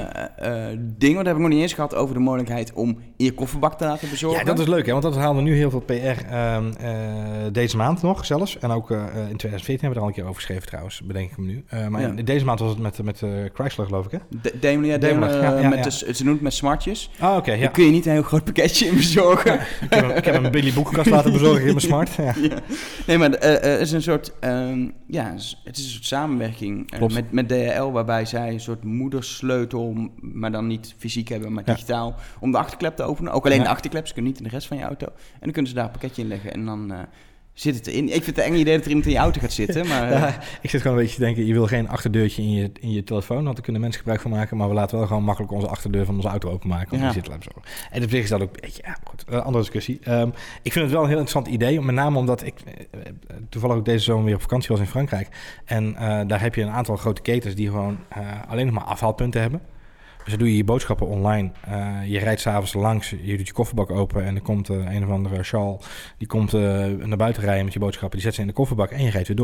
dingen, daar heb ik nog niet eens gehad over de mogelijkheid om in je kofferbak te laten bezorgen. Ja, dat is leuk, hè? Want dat halen we nu heel veel P R uh, uh, deze maand nog zelfs. En ook uh, in twintig veertien hebben we er al een keer over geschreven trouwens, bedenk ik me nu. Uh, maar ja. in deze maand was het met, met uh, Chrysler, geloof ik, hè? De, Daimler, ja, Daimler, Daimler uh, ja, ja, met ja. De, ze noemt het met smartjes. Ah, oké, okay, ja. Dan kun je niet een heel groot pakketje in bezorgen. Ja, ik, heb een, ik heb een Billy boekenkast laten bezorgen in mijn smart. Ja. Ja. Nee, maar het uh, uh, is een soort, um, ja, het is een soort samenwerking uh, met, met D H L, waarbij zij een soort moedersleutel, maar dan niet fysiek hebben, maar digitaal, ja. om de achterklep te openen. Ook alleen ja. de achterklep, ze kunnen niet in de rest van je auto. En dan kunnen ze daar een pakketje in leggen en dan uh, zit het erin. Ik vind het een eng idee dat er iemand in je auto gaat zitten, maar... Uh, ja, ik zit gewoon een beetje te denken, je wil geen achterdeurtje in je, in je telefoon, want daar kunnen mensen gebruik van maken, maar we laten wel gewoon makkelijk onze achterdeur van onze auto openmaken, om ja. die zitruimte zo. En op zich is dat ook, weet je, ja, goed, uh, andere discussie. Um, ik vind het wel een heel interessant idee, met name omdat ik uh, toevallig ook deze zomer weer op vakantie was in Frankrijk. En uh, daar heb je een aantal grote ketens die gewoon uh, alleen nog maar afhaalpunten hebben. Dus dan doe je je boodschappen online. Uh, je rijdt s'avonds langs, je doet je kofferbak open en er komt uh, een of andere Charles, die komt uh, naar buiten rijden met je boodschappen, die zet ze in de kofferbak en je rijdt weer door.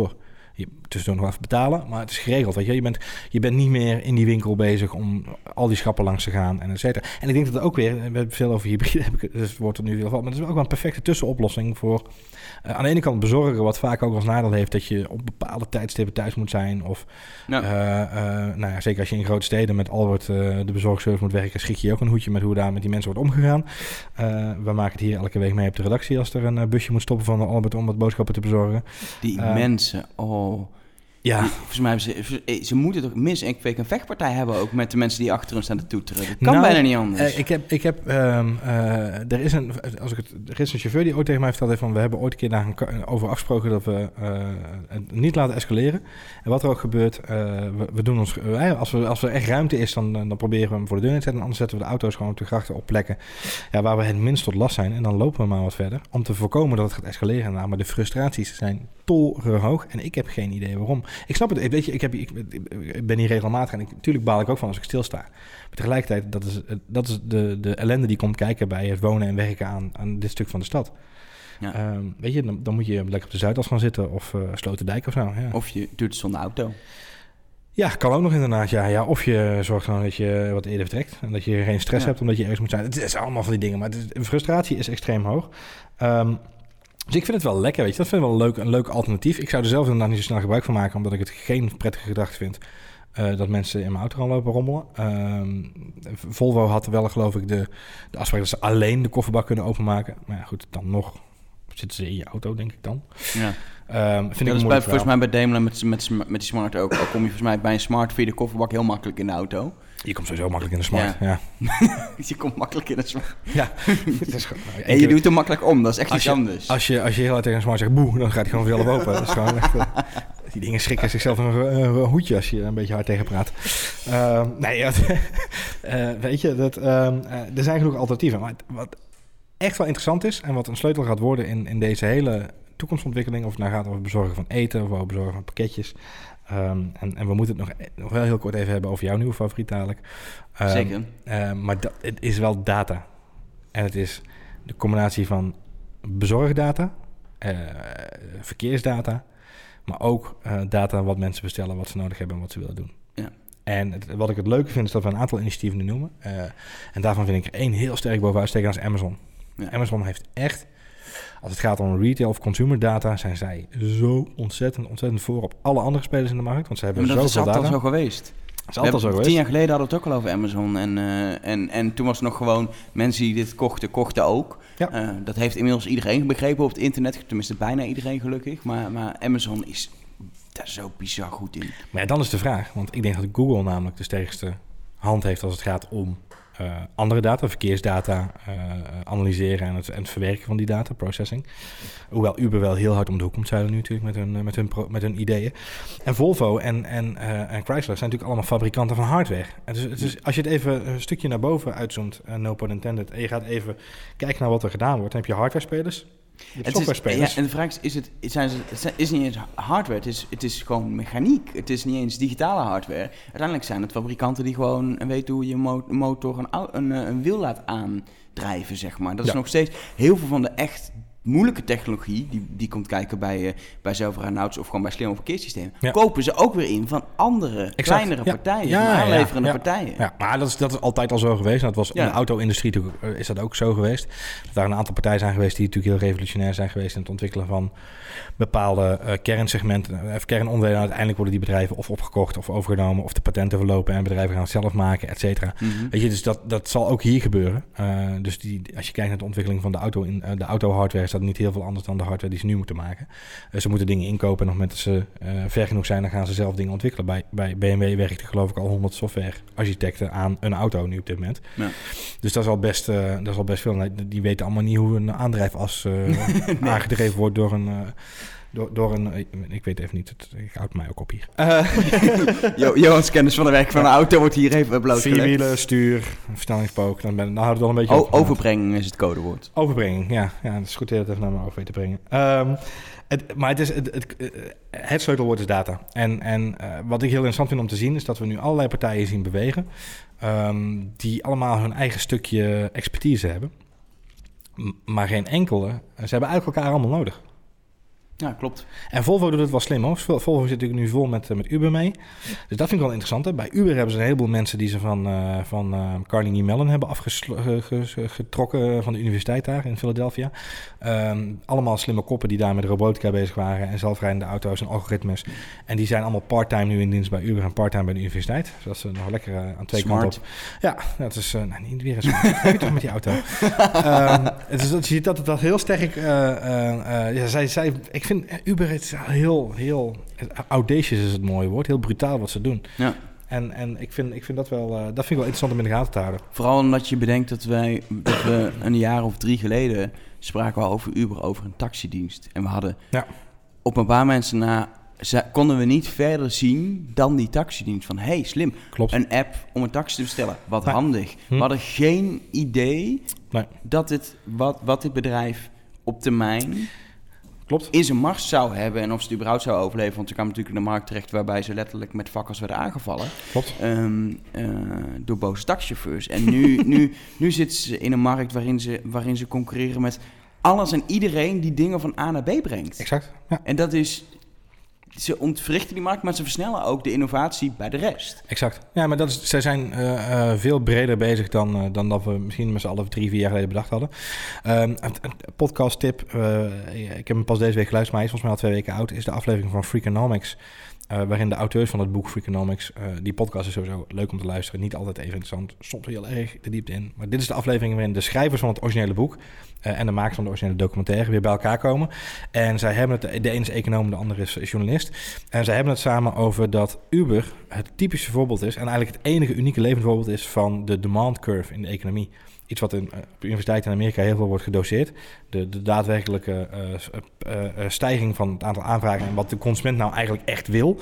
je tussendoor nog even betalen, maar het is geregeld. Weet je, je bent, je bent niet meer in die winkel bezig om al die schappen langs te gaan en et cetera. En ik denk dat het ook weer, we hebben veel over hybride, heb ik, dus het wordt er nu veel van, maar het is ook wel een perfecte tussenoplossing voor uh, aan de ene kant bezorgen, wat vaak ook als nadeel heeft dat je op bepaalde tijdstippen thuis moet zijn. Of ja. uh, uh, nou ja, zeker als je in grote steden met Albert uh, de bezorgservice moet werken, schrik je ook een hoedje met hoe daar met die mensen wordt omgegaan. Uh, we maken het hier elke week mee op de redactie als er een uh, busje moet stoppen van de Albert om wat boodschappen te bezorgen. Die uh, mensen, oh. Ja. Die, volgens mij hebben ze, ze moeten toch mis een week een vechtpartij hebben ook met de mensen die achter hun staan te toeteren. Dat kan nou, bijna niet anders. Uh, ik heb, ik heb, um, uh, er is een, als ik het, er is een chauffeur die ooit tegen mij vertelde van, we hebben ooit een keer daar een, over afgesproken dat we uh, het niet laten escaleren. En wat er ook gebeurt, uh, we, we doen ons, uh, als, we, als er echt ruimte is, dan, dan proberen we hem voor de deur te zetten. En anders zetten we de auto's gewoon op de grachten op plekken ja, waar we het minst tot last zijn. En dan lopen we maar wat verder om te voorkomen dat het gaat escaleren. Nou, maar de frustraties zijn torenhoog en ik heb geen idee waarom. Ik snap het, weet je, ik, heb, ik, ik ben hier regelmatig en ik, natuurlijk baal ik ook van als ik stilsta. Maar tegelijkertijd, dat is, dat is de, de ellende die komt kijken bij het wonen en werken aan, aan dit stuk van de stad. Ja. Um, weet je, dan, dan moet je lekker op de Zuidas gaan zitten of uh, Sloterdijk of zo. Ja. Of je doet het zonder auto. Ja, kan ook nog inderdaad. Ja, ja. Of je zorgt gewoon dat je wat eerder vertrekt en dat je geen stress ja. hebt omdat je ergens moet zijn. Het is allemaal van die dingen, maar de frustratie is extreem hoog. Um, Dus ik vind het wel lekker, weet je. Dat vind ik wel een leuk, een leuk alternatief. Ik zou er zelf inderdaad niet zo snel gebruik van maken, omdat ik het geen prettige gedachte vind uh, dat mensen in mijn auto gaan lopen rommelen. Um, Volvo had wel, geloof ik, de, de afspraak dat ze alleen de kofferbak kunnen openmaken. Maar ja, goed, dan nog zitten ze in je auto, denk ik dan. Ja. Um, vind ja, ik dat is bij, volgens mij bij Daimler met, met, met die Smart ook. Al kom je volgens mij bij een Smart via de kofferbak heel makkelijk in de auto. Je komt sowieso makkelijk in de Smart, ja. ja. Je komt makkelijk in de Smart. Ja. Het is gewoon, en je doet er makkelijk om, dat is echt iets anders. Als je, als je heel hard tegen een Smart zegt boe, dan gaat hij gewoon veel open. Dat is gewoon echt, uh, die dingen schrikken zichzelf een, een, een hoedje als je een beetje hard tegen praat. Uh, nee, ja, uh, weet je, dat, uh, uh, er zijn genoeg alternatieven. Maar wat echt wel interessant is en wat een sleutel gaat worden in, in deze hele toekomstontwikkeling, of het nou gaat over het bezorgen van eten of over het bezorgen van pakketjes. Um, en, en we moeten het nog, nog wel heel kort even hebben over jouw nieuwe favoriet dadelijk. Um, Zeker. Uh, maar da- het is wel data. En het is de combinatie van bezorgdata, uh, verkeersdata, maar ook uh, data wat mensen bestellen, wat ze nodig hebben en wat ze willen doen. Ja. En het, wat ik het leuke vind is dat we een aantal initiatieven nu noemen. Uh, en daarvan vind ik er één heel sterk bovenuit steken, dat is Amazon. Ja. Amazon heeft echt... Als het gaat om retail of consumer data, zijn zij zo ontzettend, ontzettend voor op alle andere spelers in de markt. Want ze hebben zoveel data. Dat is altijd zo geweest. Dat is altijd zo geweest. Tien jaar geleden hadden we het ook al over Amazon. En, uh, en, en toen was het nog gewoon mensen die dit kochten, kochten ook. Ja. Uh, dat heeft inmiddels iedereen begrepen op het internet. Tenminste, bijna iedereen gelukkig. Maar, maar Amazon is daar zo bizar goed in. Maar ja, dan is de vraag. Want ik denk dat Google namelijk de sterkste hand heeft als het gaat om... Uh, andere data, verkeersdata, uh, analyseren en het, en het verwerken van die data, processing. Hoewel Uber wel heel hard om de hoek komt zeilen nu natuurlijk met hun, met hun, pro, met hun ideeën. En Volvo en, en, uh, en Chrysler zijn natuurlijk allemaal fabrikanten van hardware. En dus, dus als je het even een stukje naar boven uitzoomt, uh, no pun intended, en je gaat even kijken naar wat er gedaan wordt, dan heb je hardware spelers. Het is, ja, en de vraag is, is het, zijn ze, het is niet eens hardware, het is, het is gewoon mechaniek. Het is niet eens digitale hardware. Uiteindelijk zijn het fabrikanten die gewoon weten hoe je mo- motor een, een, een wiel laat aandrijven, zeg maar. Dat is ja. nog steeds heel veel van de echt moeilijke technologie, die, die komt kijken bij, uh, bij zelfrijdende of gewoon bij slimme verkeerssystemen, ja. kopen ze ook weer in van andere, exact. kleinere ja. partijen, ja, van aanleverende ja, ja. partijen. Ja, maar dat is, dat is altijd al zo geweest. Dat was ja. in de auto-industrie uh, is dat ook zo geweest. Dat daar een aantal partijen zijn geweest die natuurlijk heel revolutionair zijn geweest in het ontwikkelen van bepaalde uh, kernsegmenten, uh, kernonderdelen. Uiteindelijk worden die bedrijven of opgekocht of overgenomen of de patenten verlopen en bedrijven gaan het zelf maken, et cetera. Mm-hmm. Weet je, dus dat, dat zal ook hier gebeuren. Uh, dus die, als je kijkt naar de ontwikkeling van de auto, in, uh, de auto-hardware, is dat niet heel veel anders dan de hardware die ze nu moeten maken. Uh, ze moeten dingen inkopen en op het moment dat ze uh, ver genoeg zijn, dan gaan ze zelf dingen ontwikkelen. Bij, bij B M W werkt er geloof ik al honderd software-architecten aan een auto nu op dit moment. Ja. Dus dat is al best, uh, dat is al best veel. Die weten allemaal niet hoe een aandrijfas uh, nee. aangedreven wordt door een... Uh, Door, door een... Ik weet even niet, het, ik houd mij ook op hier. Uh, jo, Johans kennis van de werk van een auto wordt hier even blootgelegd. Vier wielen, stuur, versnellingspook. Dan, ben, dan houdt het wel een beetje o, over. Overbrenging is het codewoord. Overbrenging, ja. ja. Het is goed dat je dat even naar me over weet te brengen. Um, het, maar het, is, het, het, het sleutelwoord is data. En, en uh, wat ik heel interessant vind om te zien, is dat we nu allerlei partijen zien bewegen, um, die allemaal hun eigen stukje expertise hebben. M- maar geen enkele. Ze hebben eigenlijk elkaar allemaal nodig. Ja, klopt. En Volvo doet het wel slim hoor. Volvo zit natuurlijk nu vol met, met Uber mee. Dus dat vind ik wel interessant. Hè. Bij Uber hebben ze een heleboel mensen die ze van, uh, van uh, Carnegie Mellon hebben afgetrokken van de universiteit daar in Philadelphia. Um, allemaal slimme koppen die daar met robotica bezig waren en zelfrijdende auto's en algoritmes. En die zijn allemaal part-time nu in dienst bij Uber en part-time bij de universiteit. Dus dat is uh, nog lekker uh, aan twee kanten op. Ja, dat is uh, nou, niet weer eens smart. met die auto. um, het is, je ziet dat het dat heel sterk... Uh, uh, uh, ja, zij, zij, ik vind Uber het is heel, heel... Audacious is het mooie woord. Heel brutaal wat ze doen. Ja. En, en ik, vind, ik vind dat wel... Uh, dat vind ik wel interessant om in de gaten te houden. Vooral omdat je bedenkt dat wij... dat we een jaar of drie geleden... spraken we over Uber, over een taxidienst. En we hadden... Ja. Op een paar mensen na... konden we niet verder zien dan die taxidienst. Van, hey, slim. Klopt. Een app om een taxi te bestellen. Wat nee. handig. Hm. We hadden geen idee... Nee. dat dit, wat, wat dit bedrijf op termijn... Klopt. in zijn mars zou hebben en of ze het überhaupt zou overleven. Want ze kwamen natuurlijk in de markt terecht waarbij ze letterlijk met fakkels werden aangevallen. Klopt. Um, uh, door boze taxichauffeurs. En nu, nu, nu zitten ze in een markt waarin ze, waarin ze concurreren met alles en iedereen die dingen van A naar B brengt. Exact. Ja. En dat is... Ze ontwrichten die markt, maar ze versnellen ook de innovatie bij de rest. Exact. Ja, maar dat is, zij zijn uh, uh, veel breder bezig dan, uh, dan dat we misschien met z'n allen drie, vier jaar geleden bedacht hadden. Um, een, een podcast tip, uh, ik heb hem pas deze week geluisterd, maar hij is volgens mij al twee weken oud, is de aflevering van Freakonomics. Uh, waarin de auteurs van het boek Freakonomics, uh, die podcast is sowieso leuk om te luisteren. Niet altijd even interessant, soms heel erg de diepte in. Maar dit is de aflevering waarin de schrijvers van het originele boek uh, en de makers van de originele documentaire weer bij elkaar komen. En zij hebben het, de ene is econoom, de andere is journalist. En zij hebben het samen over dat Uber het typische voorbeeld is en eigenlijk het enige unieke levend voorbeeld is van de demand curve in de economie. Iets wat in, uh, op universiteiten in Amerika heel veel wordt gedoseerd. De, de daadwerkelijke uh, uh, uh, stijging van het aantal aanvragen en wat de consument nou eigenlijk echt wil.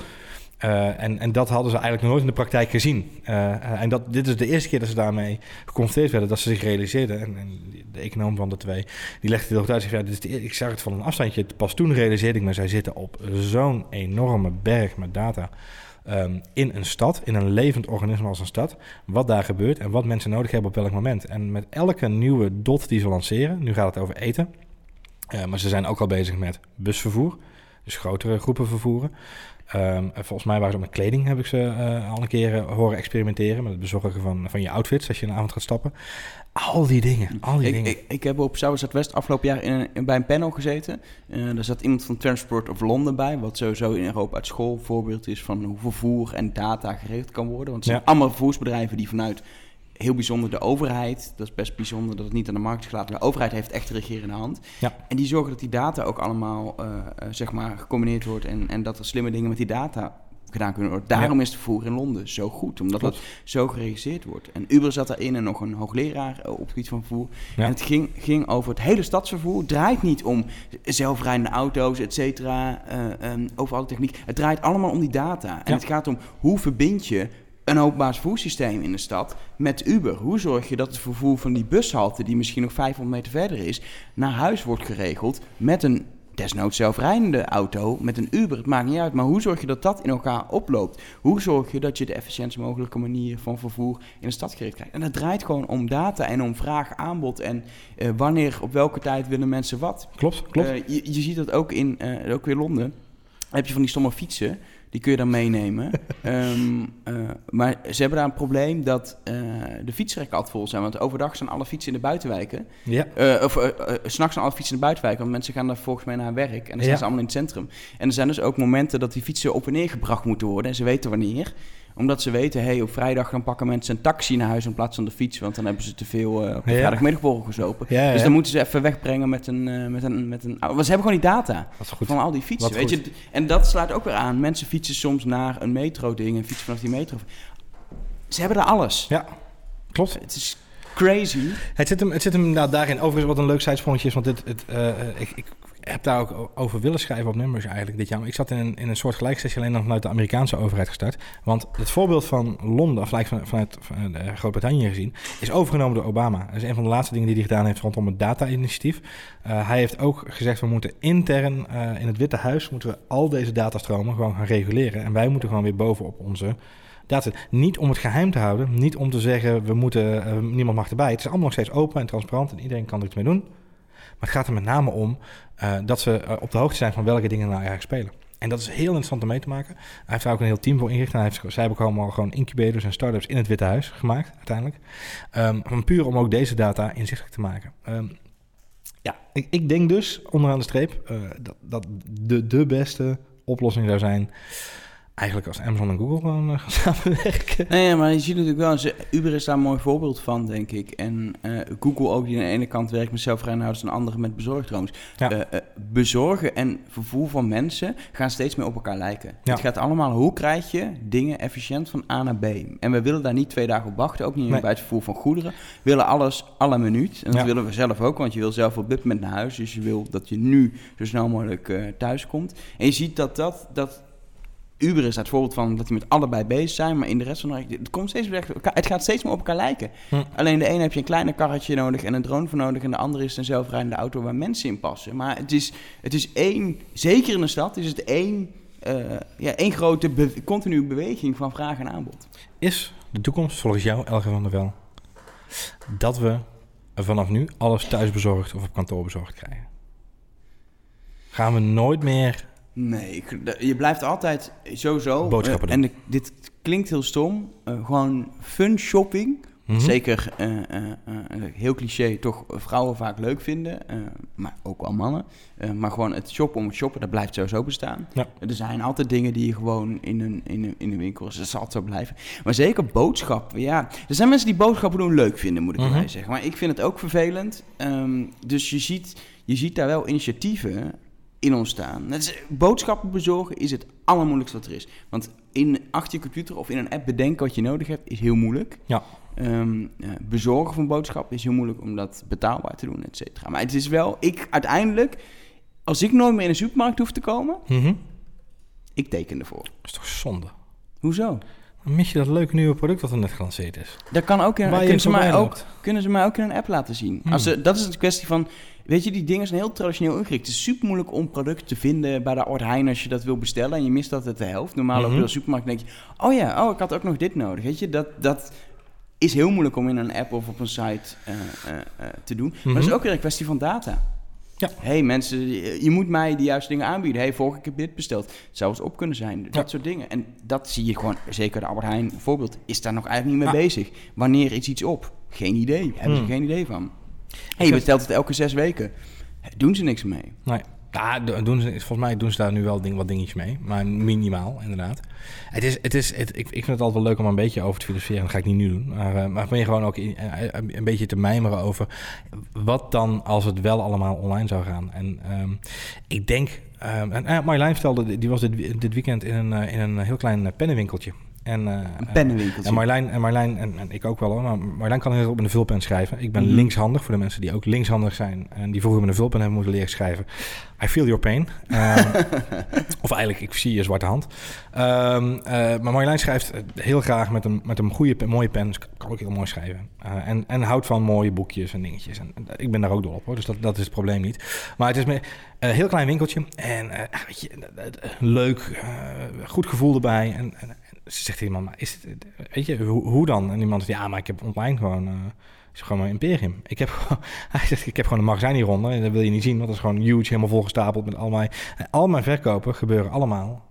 Uh, en, en dat hadden ze eigenlijk nog nooit in de praktijk gezien. Uh, uh, en dat, dit is de eerste keer dat ze daarmee geconfronteerd werden, dat ze zich realiseerden. En, en de econoom van de twee, die legde het heel goed uit. Zei, ja, dit is de eerste, ik zag het van een afstandje. Pas toen realiseerde ik me, zij zitten op zo'n enorme berg met data. Um, in een stad, in een levend organisme als een stad, wat daar gebeurt en wat mensen nodig hebben op welk moment. En met elke nieuwe dot die ze lanceren, nu gaat het over eten, uh, maar ze zijn ook al bezig met busvervoer, dus grotere groepen vervoeren. Um, volgens mij waren ze ook met kleding, heb ik ze uh, al een keer uh, horen experimenteren, met het bezorgen van, van je outfits als je een avond gaat stappen. Al die dingen, al die ik, dingen. Ik, ik heb op Zuid-West afgelopen jaar in, in, bij een panel gezeten. Uh, daar zat iemand van Transport of London bij, wat sowieso in Europa uit school een voorbeeld is van hoe vervoer en data geregeld kan worden. Want het zijn ja. allemaal vervoersbedrijven die vanuit heel bijzonder de overheid, dat is best bijzonder dat het niet aan de markt is gelaten, maar de overheid heeft echt de regerende hand. Ja. En die zorgen dat die data ook allemaal uh, uh, zeg maar gecombineerd wordt en, en dat er slimme dingen met die data gedaan kunnen worden. Daarom ja. is het vervoer in Londen zo goed, omdat Klopt. het zo geregisseerd wordt. En Uber zat daarin en nog een hoogleraar op het gebied van vervoer. Ja. En het ging, ging over het hele stadsvervoer. Het draait niet om zelfrijdende auto's, et cetera, uh, um, over alle techniek. Het draait allemaal om die data. En ja. het gaat om hoe verbind je een openbaar vervoerssysteem in de stad met Uber. Hoe zorg je dat het vervoer van die bushalte, die misschien nog vijfhonderd meter verder is, naar huis wordt geregeld met een desnoods zelfrijdende auto, met een Uber. Het maakt niet uit, maar hoe zorg je dat dat in elkaar oploopt? Hoe zorg je dat je de efficiëntst mogelijke manier van vervoer in de stad gericht krijgt? En dat draait gewoon om data en om vraag, aanbod en uh, wanneer, op welke tijd willen mensen wat. Klopt, klopt. Uh, je, je ziet dat ook in uh, ook weer Londen. Dan heb je van die stomme fietsen. Die kun je dan meenemen. um, uh, maar ze hebben daar een probleem dat uh, de fietsrekken altijd vol zijn. Want overdag zijn alle fietsen in de buitenwijken. Ja. Uh, of uh, uh, 's nachts zijn alle fietsen in de buitenwijken. Want mensen gaan daar volgens mij naar werk. En dan zijn ja. ze allemaal in het centrum. En er zijn dus ook momenten dat die fietsen op en neer gebracht moeten worden. En ze weten wanneer. Omdat ze weten, hey, op vrijdag dan pakken mensen een taxi naar huis in plaats van de fiets. Want dan hebben ze te veel uh, op de ja. vrijdagmiddagborrel gezopen. Ja, ja. Dus dan moeten ze even wegbrengen met een... Uh, met een, met een want ze hebben gewoon die data van al die fietsen. Weet je? En dat slaat ook weer aan. Mensen fietsen soms naar een metro-ding en fietsen vanaf die metro. Ze hebben daar alles. Ja, klopt. Het is crazy. Het zit hem, het zit hem nou, daarin. Overigens wat een leuk zijsprongetje is, want dit, het, uh, ik... ik heb daar ook over willen schrijven op Numbers eigenlijk dit jaar. Maar ik zat in een, in een soort gelijksessie alleen nog vanuit de Amerikaanse overheid gestart. Want het voorbeeld van Londen, of vanuit, vanuit, vanuit Groot-Brittannië gezien, is overgenomen door Obama. Dat is een van de laatste dingen die hij gedaan heeft rondom het data-initiatief. Uh, hij heeft ook gezegd, we moeten intern uh, in het Witte Huis moeten we al deze datastromen gewoon gaan reguleren. En wij moeten gewoon weer bovenop onze data. Niet om het geheim te houden, niet om te zeggen, we moeten, uh, niemand mag erbij. Het is allemaal nog steeds open en transparant en iedereen kan er iets mee doen. Maar het gaat er met name om uh, dat ze uh, op de hoogte zijn van welke dingen nou eigenlijk spelen. En dat is heel interessant om mee te maken. Hij heeft daar ook een heel team voor ingericht. En hij heeft, zij hebben ook allemaal gewoon incubators en startups in het Witte Huis gemaakt, uiteindelijk. Um, puur om ook deze data inzichtelijk te maken. Um, ja, ik, ik denk dus, onderaan de streep, uh, dat, dat de, de beste oplossing zou zijn... Eigenlijk als Amazon en Google gewoon uh, gaan samenwerken. Nee, maar je ziet natuurlijk wel, Uber is daar een mooi voorbeeld van, denk ik. En uh, Google ook, die aan de ene kant werkt met zelfrijdende auto's en de andere met bezorgdrones. Ja. Uh, uh, bezorgen en vervoer van mensen gaan steeds meer op elkaar lijken. Ja. Het gaat allemaal, hoe krijg je dingen efficiënt van A naar B? En we willen daar niet twee dagen op wachten, ook niet nee. bij het vervoer van goederen. We willen alles à la minuut. En dat ja. willen we zelf ook, want je wil zelf op dit moment naar huis. Dus je wil dat je nu zo snel mogelijk uh, thuis komt. En je ziet dat dat... dat Uber is het voorbeeld van dat die met allebei bezig zijn, maar in de rest van de het komt steeds meer, het gaat steeds meer op elkaar lijken. Hm. Alleen de ene heb je een kleiner karretje nodig en een drone voor nodig en de andere is een zelfrijdende auto waar mensen in passen. Maar het is, het is één, zeker in de stad, is het één, uh, ja, één grote be- continue beweging van vraag en aanbod. Is de toekomst volgens jou, Elger van der Wel, dat we vanaf nu alles thuisbezorgd of op kantoor bezorgd krijgen? Gaan we nooit meer... Nee, je blijft altijd sowieso... Boodschappen uh, doen. En de, dit klinkt heel stom. Uh, gewoon fun shopping. Mm-hmm. Zeker, uh, uh, uh, heel cliché, toch vrouwen vaak leuk vinden. Uh, maar ook wel mannen. Uh, maar gewoon het shoppen om het shoppen, dat blijft sowieso bestaan. Ja. Er zijn altijd dingen die je gewoon in een, in een, in een winkel... Dus dat zal altijd zo blijven. Maar zeker boodschappen, ja. Er zijn mensen die boodschappen doen leuk vinden, moet ik mm-hmm. erbij zeggen. Maar ik vind het ook vervelend. Um, dus je ziet, je ziet daar wel initiatieven... in ontstaan. Net is, boodschappen bezorgen is het allermoeilijkste wat er is. Want in, achter je computer of in een app bedenken wat je nodig hebt, is heel moeilijk. Ja. Um, uh, bezorgen van boodschappen is heel moeilijk om dat betaalbaar te doen, et cetera. Maar het is wel, ik uiteindelijk, als ik nooit meer in een supermarkt hoef te komen, mm-hmm. ik teken ervoor. Dat is toch zonde? Hoezo? Dan mis je dat leuke nieuwe product wat er net gelanceerd is. Dat kan ook in, kunnen, ze mij ook, kunnen ze mij ook in een app laten zien. Hmm. Als ze, dat is een kwestie van... Weet je, die dingen zijn heel traditioneel ingericht. Het is super moeilijk om producten te vinden bij de Albert Heijn als je dat wil bestellen. En je mist altijd de helft. Normaal mm-hmm. op de supermarkt denk je... Oh ja, oh, ik had ook nog dit nodig. Weet je, dat, dat is heel moeilijk om in een app of op een site uh, uh, uh, te doen. Mm-hmm. Maar het is ook weer een kwestie van data. Ja. Hey mensen, je, je moet mij de juiste dingen aanbieden. Hey, vorige keer heb ik dit besteld. Het zou eens op kunnen zijn. Dat ja. soort dingen. En dat zie je gewoon, zeker de Albert Heijn bijvoorbeeld, is daar nog eigenlijk niet mee ah. bezig. Wanneer is iets op? Geen idee. Hebben hmm. ze geen idee van. Hey, je bestelt het elke zes weken. Doen ze niks mee. Nee. Ja, doen ze, volgens mij doen ze daar nu wel ding, wat dingetjes mee. Maar minimaal, inderdaad. Het is, het is, het, ik, ik vind het altijd wel leuk om een beetje over te filosoferen. Dat ga ik niet nu doen. Maar, uh, maar ben je gewoon ook in, uh, een beetje te mijmeren over... wat dan als het wel allemaal online zou gaan. En um, ik denk... Um, en uh, Marjolein vertelde, die was dit, dit weekend in een, uh, in een heel klein pennenwinkeltje. En, uh, een pennenwinkeltje. En Marjolein, en, Marjolein en, en ik ook wel hoor, maar Marjolein kan heel goed met een vulpen schrijven. Ik ben mm-hmm. linkshandig, voor de mensen die ook linkshandig zijn en die vroeger met een vulpen hebben moeten leren schrijven. I feel your pain. Um, of eigenlijk, ik zie je zwarte hand. Um, uh, maar Marjolein schrijft heel graag met een, met een goede, mooie pen, dus kan ook heel mooi schrijven. Uh, en, en houdt van mooie boekjes en dingetjes. En, en ik ben daar ook dol op hoor, dus dat, dat is het probleem niet. Maar het is een uh, heel klein winkeltje en uh, weet je, uh, leuk, uh, goed gevoel erbij en, en ze zegt iemand, maar is het, weet je, hoe, hoe dan? En iemand zegt, ja, maar ik heb online gewoon, uh, is gewoon mijn imperium. Ik heb, hij zegt, ik heb gewoon een magazijn hieronder en dat wil je niet zien, want dat is gewoon huge, helemaal volgestapeld met al mijn, al mijn verkopen gebeuren allemaal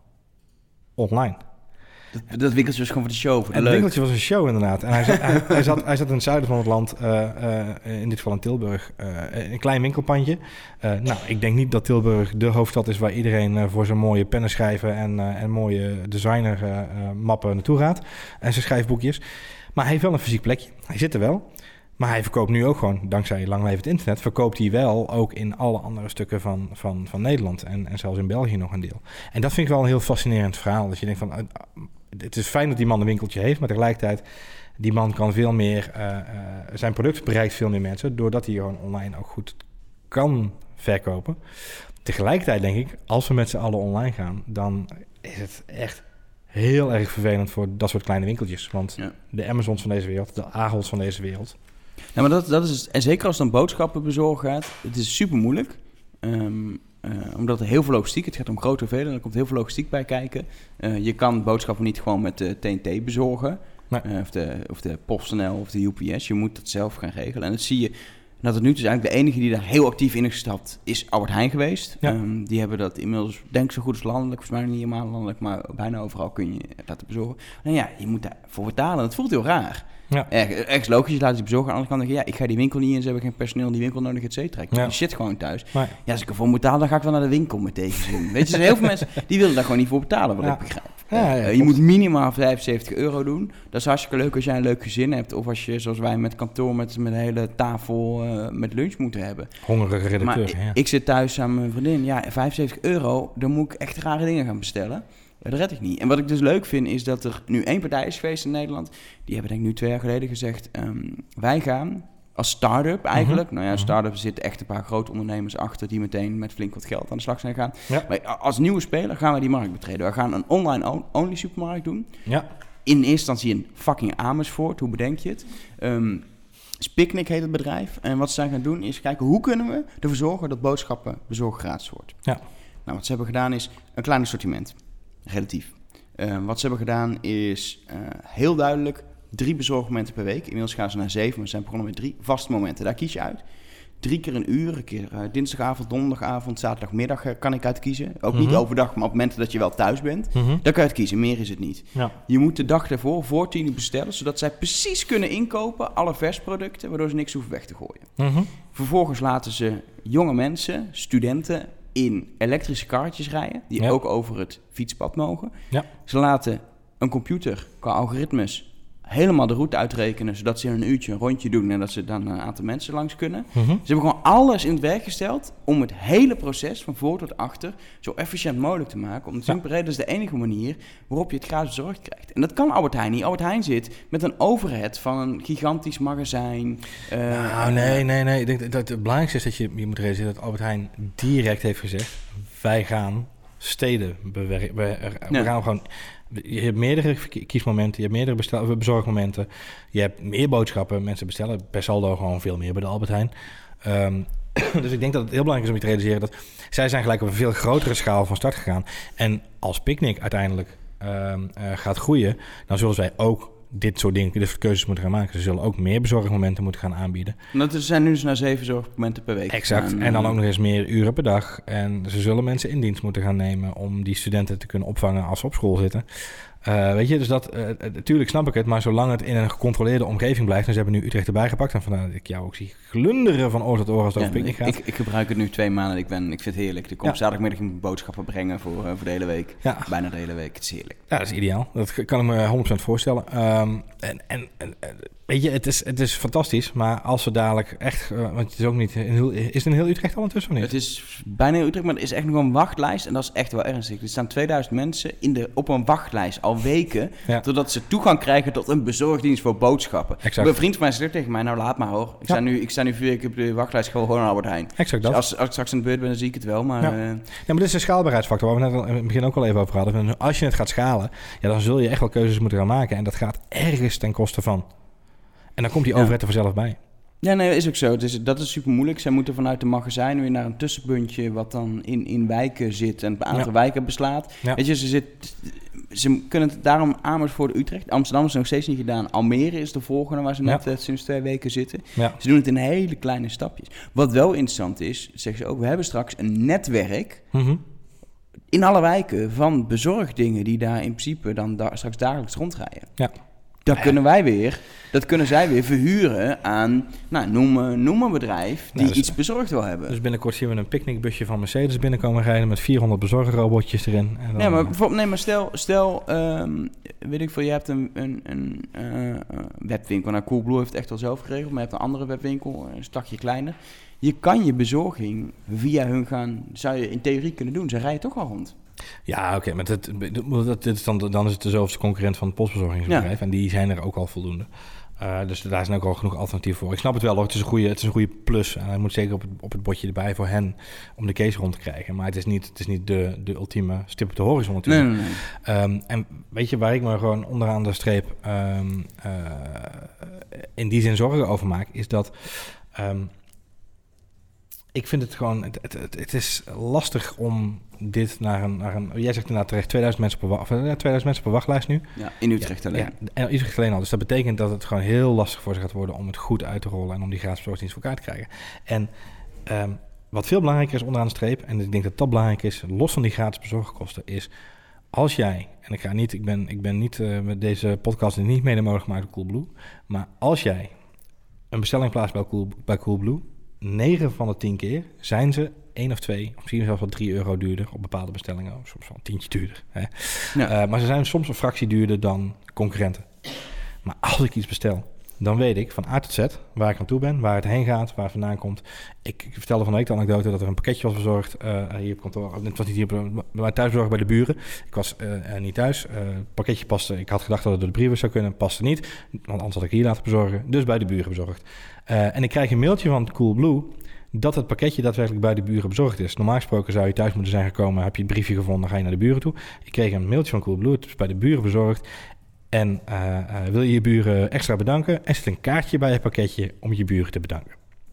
online. Dat, dat winkeltje was gewoon voor de show. Voor de het leuk. winkeltje was een show inderdaad. En hij zat, hij, hij, zat, hij zat in het zuiden van het land, uh, uh, in dit geval in Tilburg, uh, een klein winkelpandje. Uh, nou, ik denk niet dat Tilburg de hoofdstad is waar iedereen uh, voor zijn mooie pennen schrijven en, uh, en mooie designer uh, uh, mappen naartoe gaat. En zijn schrijfboekjes. Maar hij heeft wel een fysiek plekje. Hij zit er wel. Maar hij verkoopt nu ook gewoon, dankzij lang leven het internet, verkoopt hij wel ook in alle andere stukken van, van, van Nederland. En, en zelfs in België nog een deel. En dat vind ik wel een heel fascinerend verhaal. Dat je denkt van, uh, het is fijn dat die man een winkeltje heeft, maar tegelijkertijd, die man kan veel meer, uh, uh, zijn product bereikt veel meer mensen, doordat hij gewoon online ook goed kan verkopen. Tegelijkertijd denk ik, als we met z'n allen online gaan, dan is het echt heel erg vervelend voor dat soort kleine winkeltjes. Want ja. de Amazons van deze wereld, de Aholds van deze wereld. Ja, maar dat, dat is, en zeker als het dan boodschappen bezorgen gaat, het is super moeilijk. Um, uh, omdat er heel veel logistiek, het gaat om grote hoeveelheden, er komt heel veel logistiek bij kijken. Uh, je kan boodschappen niet gewoon met de T N T bezorgen. Nee. Uh, of, de, of de PostNL of de U P S. Je moet dat zelf gaan regelen. En dat zie je En dat het nu dus eigenlijk de enige die daar heel actief in is gestapt, is Albert Heijn geweest. Ja. Um, die hebben dat inmiddels, denk ik, zo goed als landelijk. Volgens mij niet helemaal landelijk, maar bijna overal kun je dat bezorgen. En ja, je moet daarvoor betalen. Dat voelt heel raar. Ja. Erg, ergens logisch, je laat het bezorgen. Aan de andere kant denk je, ja, ik ga die winkel niet in, ze hebben geen personeel in die winkel nodig, et cetera. Ik doe Ja. die shit gewoon thuis. Nee. Ja, als ik ervoor moet betalen, dan ga ik wel naar de winkel met tegenzin. Weet je, er zijn heel veel mensen die willen daar gewoon niet voor betalen, wat Ja. ik begrijp. Ja, ja, uh, je moet minimaal vijfenzeventig euro doen. Dat is hartstikke leuk als jij een leuk gezin hebt. Of als je, zoals wij met kantoor, met, met een hele tafel uh, met lunch moeten hebben. Hongerige redacteur. Maar ja. ik, ik zit thuis aan mijn vriendin. Ja, vijfenzeventig euro, dan moet ik echt rare dingen gaan bestellen. Dat red ik niet. En wat ik dus leuk vind, is dat er nu één partij is geweest in Nederland. Die hebben denk ik nu twee jaar geleden gezegd, um, wij gaan als start-up eigenlijk. Mm-hmm. Nou ja, start-up zitten echt een paar grote ondernemers achter die meteen met flink wat geld aan de slag zijn gegaan. Ja. Maar als nieuwe speler gaan we die markt betreden. We gaan een online-only supermarkt doen. Ja. In eerste instantie in fucking Amersfoort. Hoe bedenk je het? Um, Picnic heet het bedrijf. En wat ze zijn gaan doen is kijken hoe kunnen we ervoor zorgen dat boodschappen bezorgd gratis wordt. Ja. Nou, wat ze hebben gedaan is een klein assortiment. Relatief. Uh, wat ze hebben gedaan is uh, heel duidelijk drie bezorgmomenten per week. Inmiddels gaan ze naar zeven, maar ze zijn begonnen met drie vaste momenten. Daar kies je uit. Drie keer een uur, een keer uh, dinsdagavond, donderdagavond, zaterdagmiddag uh, kan ik uitkiezen. Ook mm-hmm. niet overdag, maar op momenten dat je wel thuis bent. Mm-hmm. Dan kan je het kiezen, meer is het niet. Ja. Je moet de dag daarvoor voor tien uur bestellen, zodat zij precies kunnen inkopen, alle versproducten, waardoor ze niks hoeven weg te gooien. Mm-hmm. Vervolgens laten ze jonge mensen, studenten, in elektrische karretjes rijden, die ja. ook over het fietspad mogen. Ja. Ze laten een computer qua algoritmes helemaal de route uitrekenen, zodat ze in een uurtje een rondje doen en dat ze dan een aantal mensen langs kunnen. Mm-hmm. Ze hebben gewoon alles in het werk gesteld om het hele proces van voor tot achter zo efficiënt mogelijk te maken. Om te simpele reden, dat is de enige manier waarop je het gratis bezorgd krijgt. En dat kan Albert Heijn niet. Albert Heijn zit met een overhead van een gigantisch magazijn. Uh, nou, nee, nee, nee. Ik denk dat het belangrijkste is dat je, je moet realiseren dat Albert Heijn direct heeft gezegd, wij gaan steden bewerken. We, we ja. gaan gewoon... Je hebt meerdere kiesmomenten, je hebt meerdere bestel- bezorgmomenten. Je hebt meer boodschappen. Mensen bestellen per saldo gewoon veel meer bij de Albert Heijn. Um, dus ik denk dat het heel belangrijk is om je te realiseren dat zij zijn gelijk op een veel grotere schaal van start gegaan. En als Picnic uiteindelijk um, uh, gaat groeien, dan zullen zij ook dit soort dingen, dit soort keuzes moeten gaan maken. Ze zullen ook meer bezorgmomenten moeten gaan aanbieden. Dat zijn nu dus naar zeven bezorgmomenten per week. Exact. En, en dan ook nog eens meer uren per dag. En ze zullen mensen in dienst moeten gaan nemen om die studenten te kunnen opvangen als ze op school zitten. Uh, weet je, dus dat, uh, natuurlijk snap ik het, maar zolang het in een gecontroleerde omgeving blijft, en ze hebben nu Utrecht erbij gepakt, en vandaar dat ik jou ook zie glunderen van oor tot oor als het ja, over Picnic gaat. Ik, ik gebruik het nu twee maanden, ik, ben, ik vind het heerlijk. Ik kom ja. zaterdagmiddag in boodschappen brengen voor, uh, voor de hele week, ja. bijna de hele week, het is heerlijk. Ja, dat is ideaal, dat kan ik me honderd procent voorstellen. Um, en, en, en weet je, het is, het is fantastisch, maar als we dadelijk echt, uh, want het is ook niet, in heel, is het in heel Utrecht al intussen of niet? Het is bijna heel Utrecht, maar er is echt nog een wachtlijst en dat is echt wel ernstig. Er staan tweeduizend mensen in de, op een wachtlijst al weken, ja. totdat ze toegang krijgen tot een bezorgdienst voor boodschappen. Exact. Een vriend van mij zegt tegen mij, nou laat maar hoor. Ik, ja. sta, nu, ik sta nu vier weken op de wachtlijst, gewoon naar Albert Heijn. Exact dat. Dus als, als ik straks in de beurt ben, dan zie ik het wel, maar... Ja, uh... ja maar dit is een schaalbaarheidsfactor, waar we net al, in het begin ook al even over hadden. Als je het gaat schalen, ja, dan zul je echt wel keuzes moeten gaan maken. En dat gaat ergens ten koste van. En dan komt die overheid er vanzelf bij. Ja, nee, is ook zo. Dus dat is super moeilijk. Zij moeten vanuit de magazijn weer naar een tussenpuntje wat dan in, in wijken zit en een aantal ja. wijken beslaat. Ja. Weet je, ze, zit, ze kunnen het daarom Amersfoort Utrecht. Amsterdam is nog steeds niet gedaan. Almere is de volgende waar ze net ja. uh, sinds twee weken zitten. Ja. Ze doen het in hele kleine stapjes. Wat wel interessant is, zeggen ze ook, we hebben straks een netwerk mm-hmm. in alle wijken van bezorgdingen die daar in principe dan da- straks dagelijks rondrijden. Ja. Dat kunnen wij weer, dat kunnen zij weer verhuren aan, nou, noem, noem een bedrijf die nou, dus, iets bezorgd wil hebben. Dus binnenkort zien we een picknickbusje van Mercedes binnenkomen rijden met vierhonderd bezorgerrobotjes erin. En dan, nee, maar, uh, nee, maar stel, stel um, weet ik veel, je hebt een, een, een uh, webwinkel. Nou, Coolblue heeft het echt wel zelf geregeld, maar je hebt een andere webwinkel, een stakje kleiner. Je kan je bezorging via hun gaan, zou je in theorie kunnen doen. Ze rijden toch al rond. Ja, oké, okay, maar dat, dat, dit is dan, dan is het de zoveelste concurrent van het postbezorgingsbedrijf. Ja. En die zijn er ook al voldoende. Uh, dus daar zijn ook al genoeg alternatieven voor. Ik snap het wel hoor, het is een goede, het is een goede plus. En hij moet zeker op het, op het bordje erbij voor hen om de case rond te krijgen. Maar het is niet, het is niet de, de ultieme stip op de horizon natuurlijk. Nee, nee, nee. Um, en weet je waar ik me gewoon onderaan de streep um, uh, in die zin zorgen over maak, is dat... Um, ik vind het gewoon... Het, het, het, het is lastig om dit naar een... Naar een jij zegt inderdaad terecht tweeduizend mensen per, of, tweeduizend mensen per wachtlijst nu. Ja, in Utrecht alleen. Ja, in Utrecht alleen al. Dus dat betekent dat het gewoon heel lastig voor ze gaat worden om het goed uit te rollen en om die gratis bezorgdienst voor elkaar te krijgen. En um, wat veel belangrijker is onderaan de streep, en ik denk dat dat belangrijk is, los van die gratis bezorgkosten, is als jij, en ik ga niet, ik ben, ik ben niet uh, met deze podcast niet mede mogelijk gemaakt door Coolblue, maar als jij een bestelling plaatst bij, Cool, bij Coolblue, negen van de tien keer zijn ze één of twee, of misschien zelfs wel drie euro duurder op bepaalde bestellingen. Soms wel een tientje duurder. Hè? Ja. Uh, maar ze zijn soms een fractie duurder dan concurrenten. Maar als ik iets bestel, dan weet ik van A tot Z waar ik aan toe ben, waar het heen gaat, waar het vandaan komt. Ik, ik vertelde van de week de anekdote dat er een pakketje was bezorgd uh, hier op kantoor. Het was niet hier, maar thuis bezorgd bij de buren. Ik was uh, niet thuis. Uh, het pakketje paste. Ik had gedacht dat het door de brieven zou kunnen. Paste niet, want anders had ik hier laten bezorgen. Dus bij de buren bezorgd. Uh, en ik krijg een mailtje van Coolblue dat het pakketje daadwerkelijk bij de buren bezorgd is. Normaal gesproken zou je thuis moeten zijn gekomen, heb je het briefje gevonden, ga je naar de buren toe. Ik kreeg een mailtje van Coolblue, het is bij de buren bezorgd. En uh, uh, wil je je buren extra bedanken? Er zit een kaartje bij het pakketje om je buren te bedanken.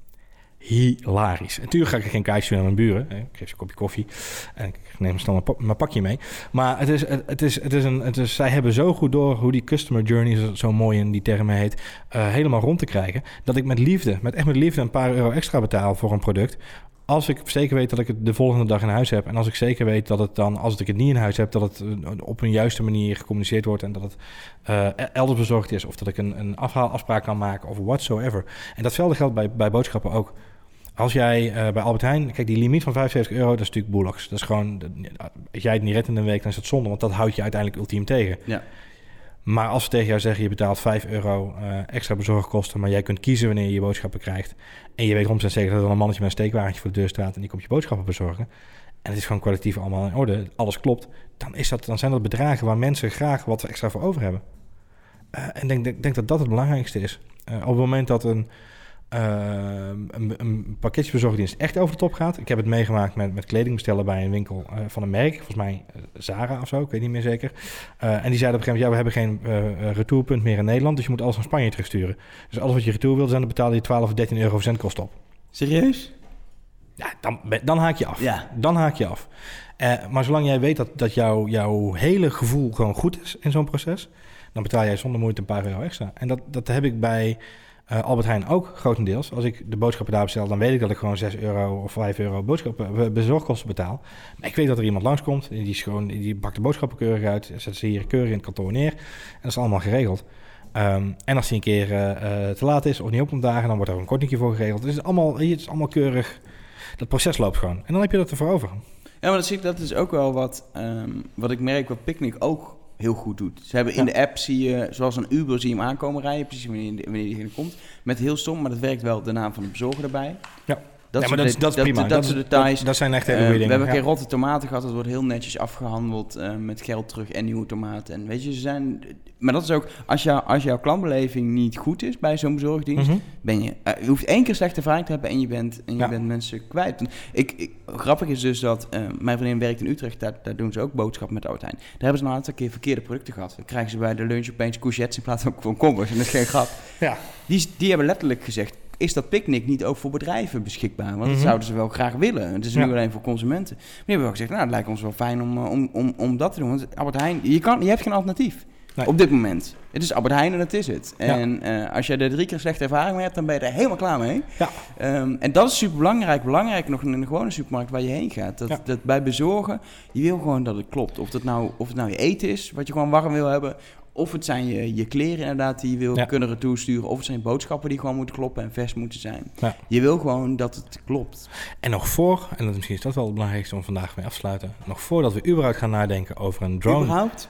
Hilarisch. Natuurlijk ga ik geen kaartje sturen naar mijn buren. Ik geef ze een kopje koffie en ik neem snel mijn, mijn pakje mee. Maar het is, het is, het is een, het is, zij hebben zo goed door hoe die customer journey, zo mooi in die termen heet, uh, helemaal rond te krijgen. Dat ik met liefde, met echt met liefde een paar euro extra betaal voor een product. Als ik zeker weet dat ik het de volgende dag in huis heb. En als ik zeker weet dat het dan, als ik het niet in huis heb, dat het op een juiste manier gecommuniceerd wordt. En dat het uh, elders bezorgd is. Of dat ik een, een afhaalafspraak kan maken of whatsoever. En datzelfde geldt bij, bij boodschappen ook. Als jij uh, bij Albert Heijn, kijk, die limiet van vijfenzeventig euro, dat is natuurlijk boelaks. Dat is gewoon, als jij het niet redt in een week, dan is het zonde. Want dat houdt je uiteindelijk ultiem tegen. Ja. Maar als we tegen jou zeggen, je betaalt vijf euro uh, extra bezorgkosten, maar jij kunt kiezen wanneer je je boodschappen krijgt. En je weet honderd procent zeker dat er een mannetje met een steekwagentje voor de deur staat en die komt je boodschappen bezorgen. En het is gewoon kwalitatief allemaal in orde, alles klopt. Dan, is dat, dan zijn dat bedragen waar mensen graag wat extra voor over hebben. Uh, en ik denk, denk, denk dat dat het belangrijkste is. Uh, op het moment dat een, uh, een, een pakketjesbezorgdienst echt over de top gaat. Ik heb het meegemaakt met, met kleding bestellen bij een winkel uh, van een merk. Volgens mij uh, Zara of zo, ik weet niet meer zeker. Uh, en die zeiden op een gegeven moment, ja, we hebben geen uh, retourpunt meer in Nederland. Dus je moet alles naar Spanje terugsturen. Dus alles wat je retour wil zijn, dan betaal je twaalf of dertien euro verzendkosten op. Serieus? Ja, dan, dan haak je af. Ja. Dan haak je af. Uh, maar zolang jij weet dat, dat jouw, jouw hele gevoel gewoon goed is in zo'n proces, dan betaal jij zonder moeite een paar euro extra. En dat, dat heb ik bij uh, Albert Heijn ook grotendeels. Als ik de boodschappen daar bestel, dan weet ik dat ik gewoon zes euro of vijf euro boodschappen, bezorgkosten betaal. Maar ik weet dat er iemand langskomt, die, is gewoon, die bakt de boodschappen keurig uit, zet ze hier keurig in het kantoor neer. En dat is allemaal geregeld. Um, en als hij een keer uh, uh, te laat is of niet op komt dagen, dan wordt er een kortingje voor geregeld. Het is allemaal, het is allemaal keurig. Dat proces loopt gewoon. En dan heb je dat ervoor over. Ja, maar dat zie ik, dat is ook wel wat, um, wat ik merk, wat Picnic ook heel goed doet. Ze hebben in ja. de app, zie je, zoals een Uber, zie je hem aankomen rijden, precies wanneer, wanneer diegene komt. Met heel stom, maar dat werkt wel de naam van de bezorger erbij. Ja. Dat, ja, maar dat, de, dat is prima. Dat, dat, dat, dat, details. Dat, dat zijn echt hele uh, goede dingen. We hebben ja. geen rotte tomaten gehad. Dat wordt heel netjes afgehandeld uh, met geld terug en nieuwe tomaten. En weet je, ze zijn... Maar dat is ook... Als, jou, als jouw klantbeleving niet goed is bij zo'n bezorgdienst, mm-hmm. ben je... Uh, je hoeft één keer slechte ervaring te hebben en je bent, en je ja. bent mensen kwijt. En ik, ik, grappig is dus dat... Uh, mijn vriendin werkt in Utrecht. Daar, daar doen ze ook boodschappen met Albert Heijn. Daar hebben ze een aantal keer verkeerde producten gehad. Dan krijgen ze bij de lunch opeens courgettes in plaats van kombers. En dat is geen grap. Ja. Die, die hebben letterlijk gezegd... Is dat Picnic niet ook voor bedrijven beschikbaar? Want dat mm-hmm. zouden ze wel graag willen. Het is ja. nu alleen voor consumenten. Maar die hebben wel gezegd, nou, het lijkt ons wel fijn om, om, om, om dat te doen. Want Albert Heijn, je, kan, je hebt geen alternatief nee. op dit moment. Het is Albert Heijn en dat is het. Ja. En uh, als je er drie keer slechte ervaring mee hebt, dan ben je er helemaal klaar mee. Ja. Um, en dat is super belangrijk. Belangrijk nog in een gewone supermarkt waar je heen gaat. Dat, ja. dat bij bezorgen, je wil gewoon dat het klopt. Of, dat nou, of het nou je eten is, wat je gewoon warm wil hebben. Of het zijn je, je kleren inderdaad die je wil ja. kunnen retoursturen. Of het zijn boodschappen die gewoon moeten kloppen en vers moeten zijn. Ja. Je wil gewoon dat het klopt. En nog voor, en dat, misschien is dat wel het belangrijkste om vandaag mee af te sluiten. Nog voordat we überhaupt gaan nadenken over een drone. Überhaupt?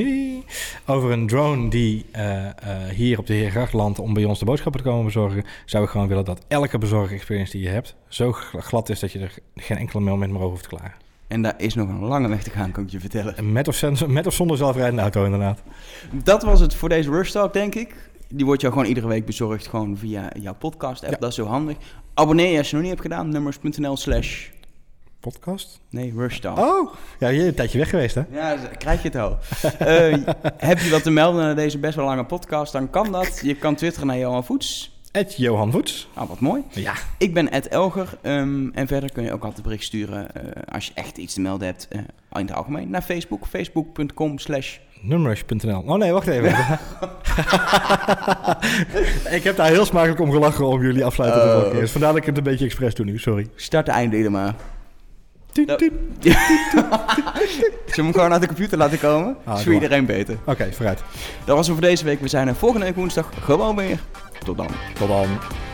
Over een drone die uh, uh, hier op de Heergracht landt om bij ons de boodschappen te komen bezorgen. Zou ik gewoon willen dat elke bezorgexperience die je hebt zo glad is dat je er geen enkele moment meer over hoeft te klagen. En daar is nog een lange weg te gaan, kan ik je vertellen. Met of, sens- met of zonder zelfrijdende auto, inderdaad. Dat was het voor deze Rush Talk, denk ik. Die wordt jou gewoon iedere week bezorgd gewoon via jouw podcast-app. Ja. Dat is zo handig. Abonneer je als je nog niet hebt gedaan. Nummers.nl slash... Podcast? Nee, Rush Talk. Oh, ja, je bent een tijdje weg geweest, hè? Ja, krijg je het al. uh, heb je wat te melden naar deze best wel lange podcast, dan kan dat. Je kan twitteren naar Johan Voets. at Johan Voets. Ah, wat mooi. Ja. Ik ben at Elger. Um, en verder kun je ook altijd bericht sturen uh, als je echt iets te melden hebt. Uh, in het algemeen naar Facebook. Facebook.com slash... Numrush punt n l. Oh nee, wacht even. Ik heb daar heel smakelijk om gelachen om jullie afsluiten te volgen. Dus vandaar dat ik het een beetje expres doe nu, sorry. Start de eindelen maar. Zullen we hem gewoon uit de computer laten komen? Ah, is voor iedereen beter. Oké, okay, vooruit. Dat was het voor deze week. We zijn er volgende week woensdag gewoon weer. Tot dan. Tot dan.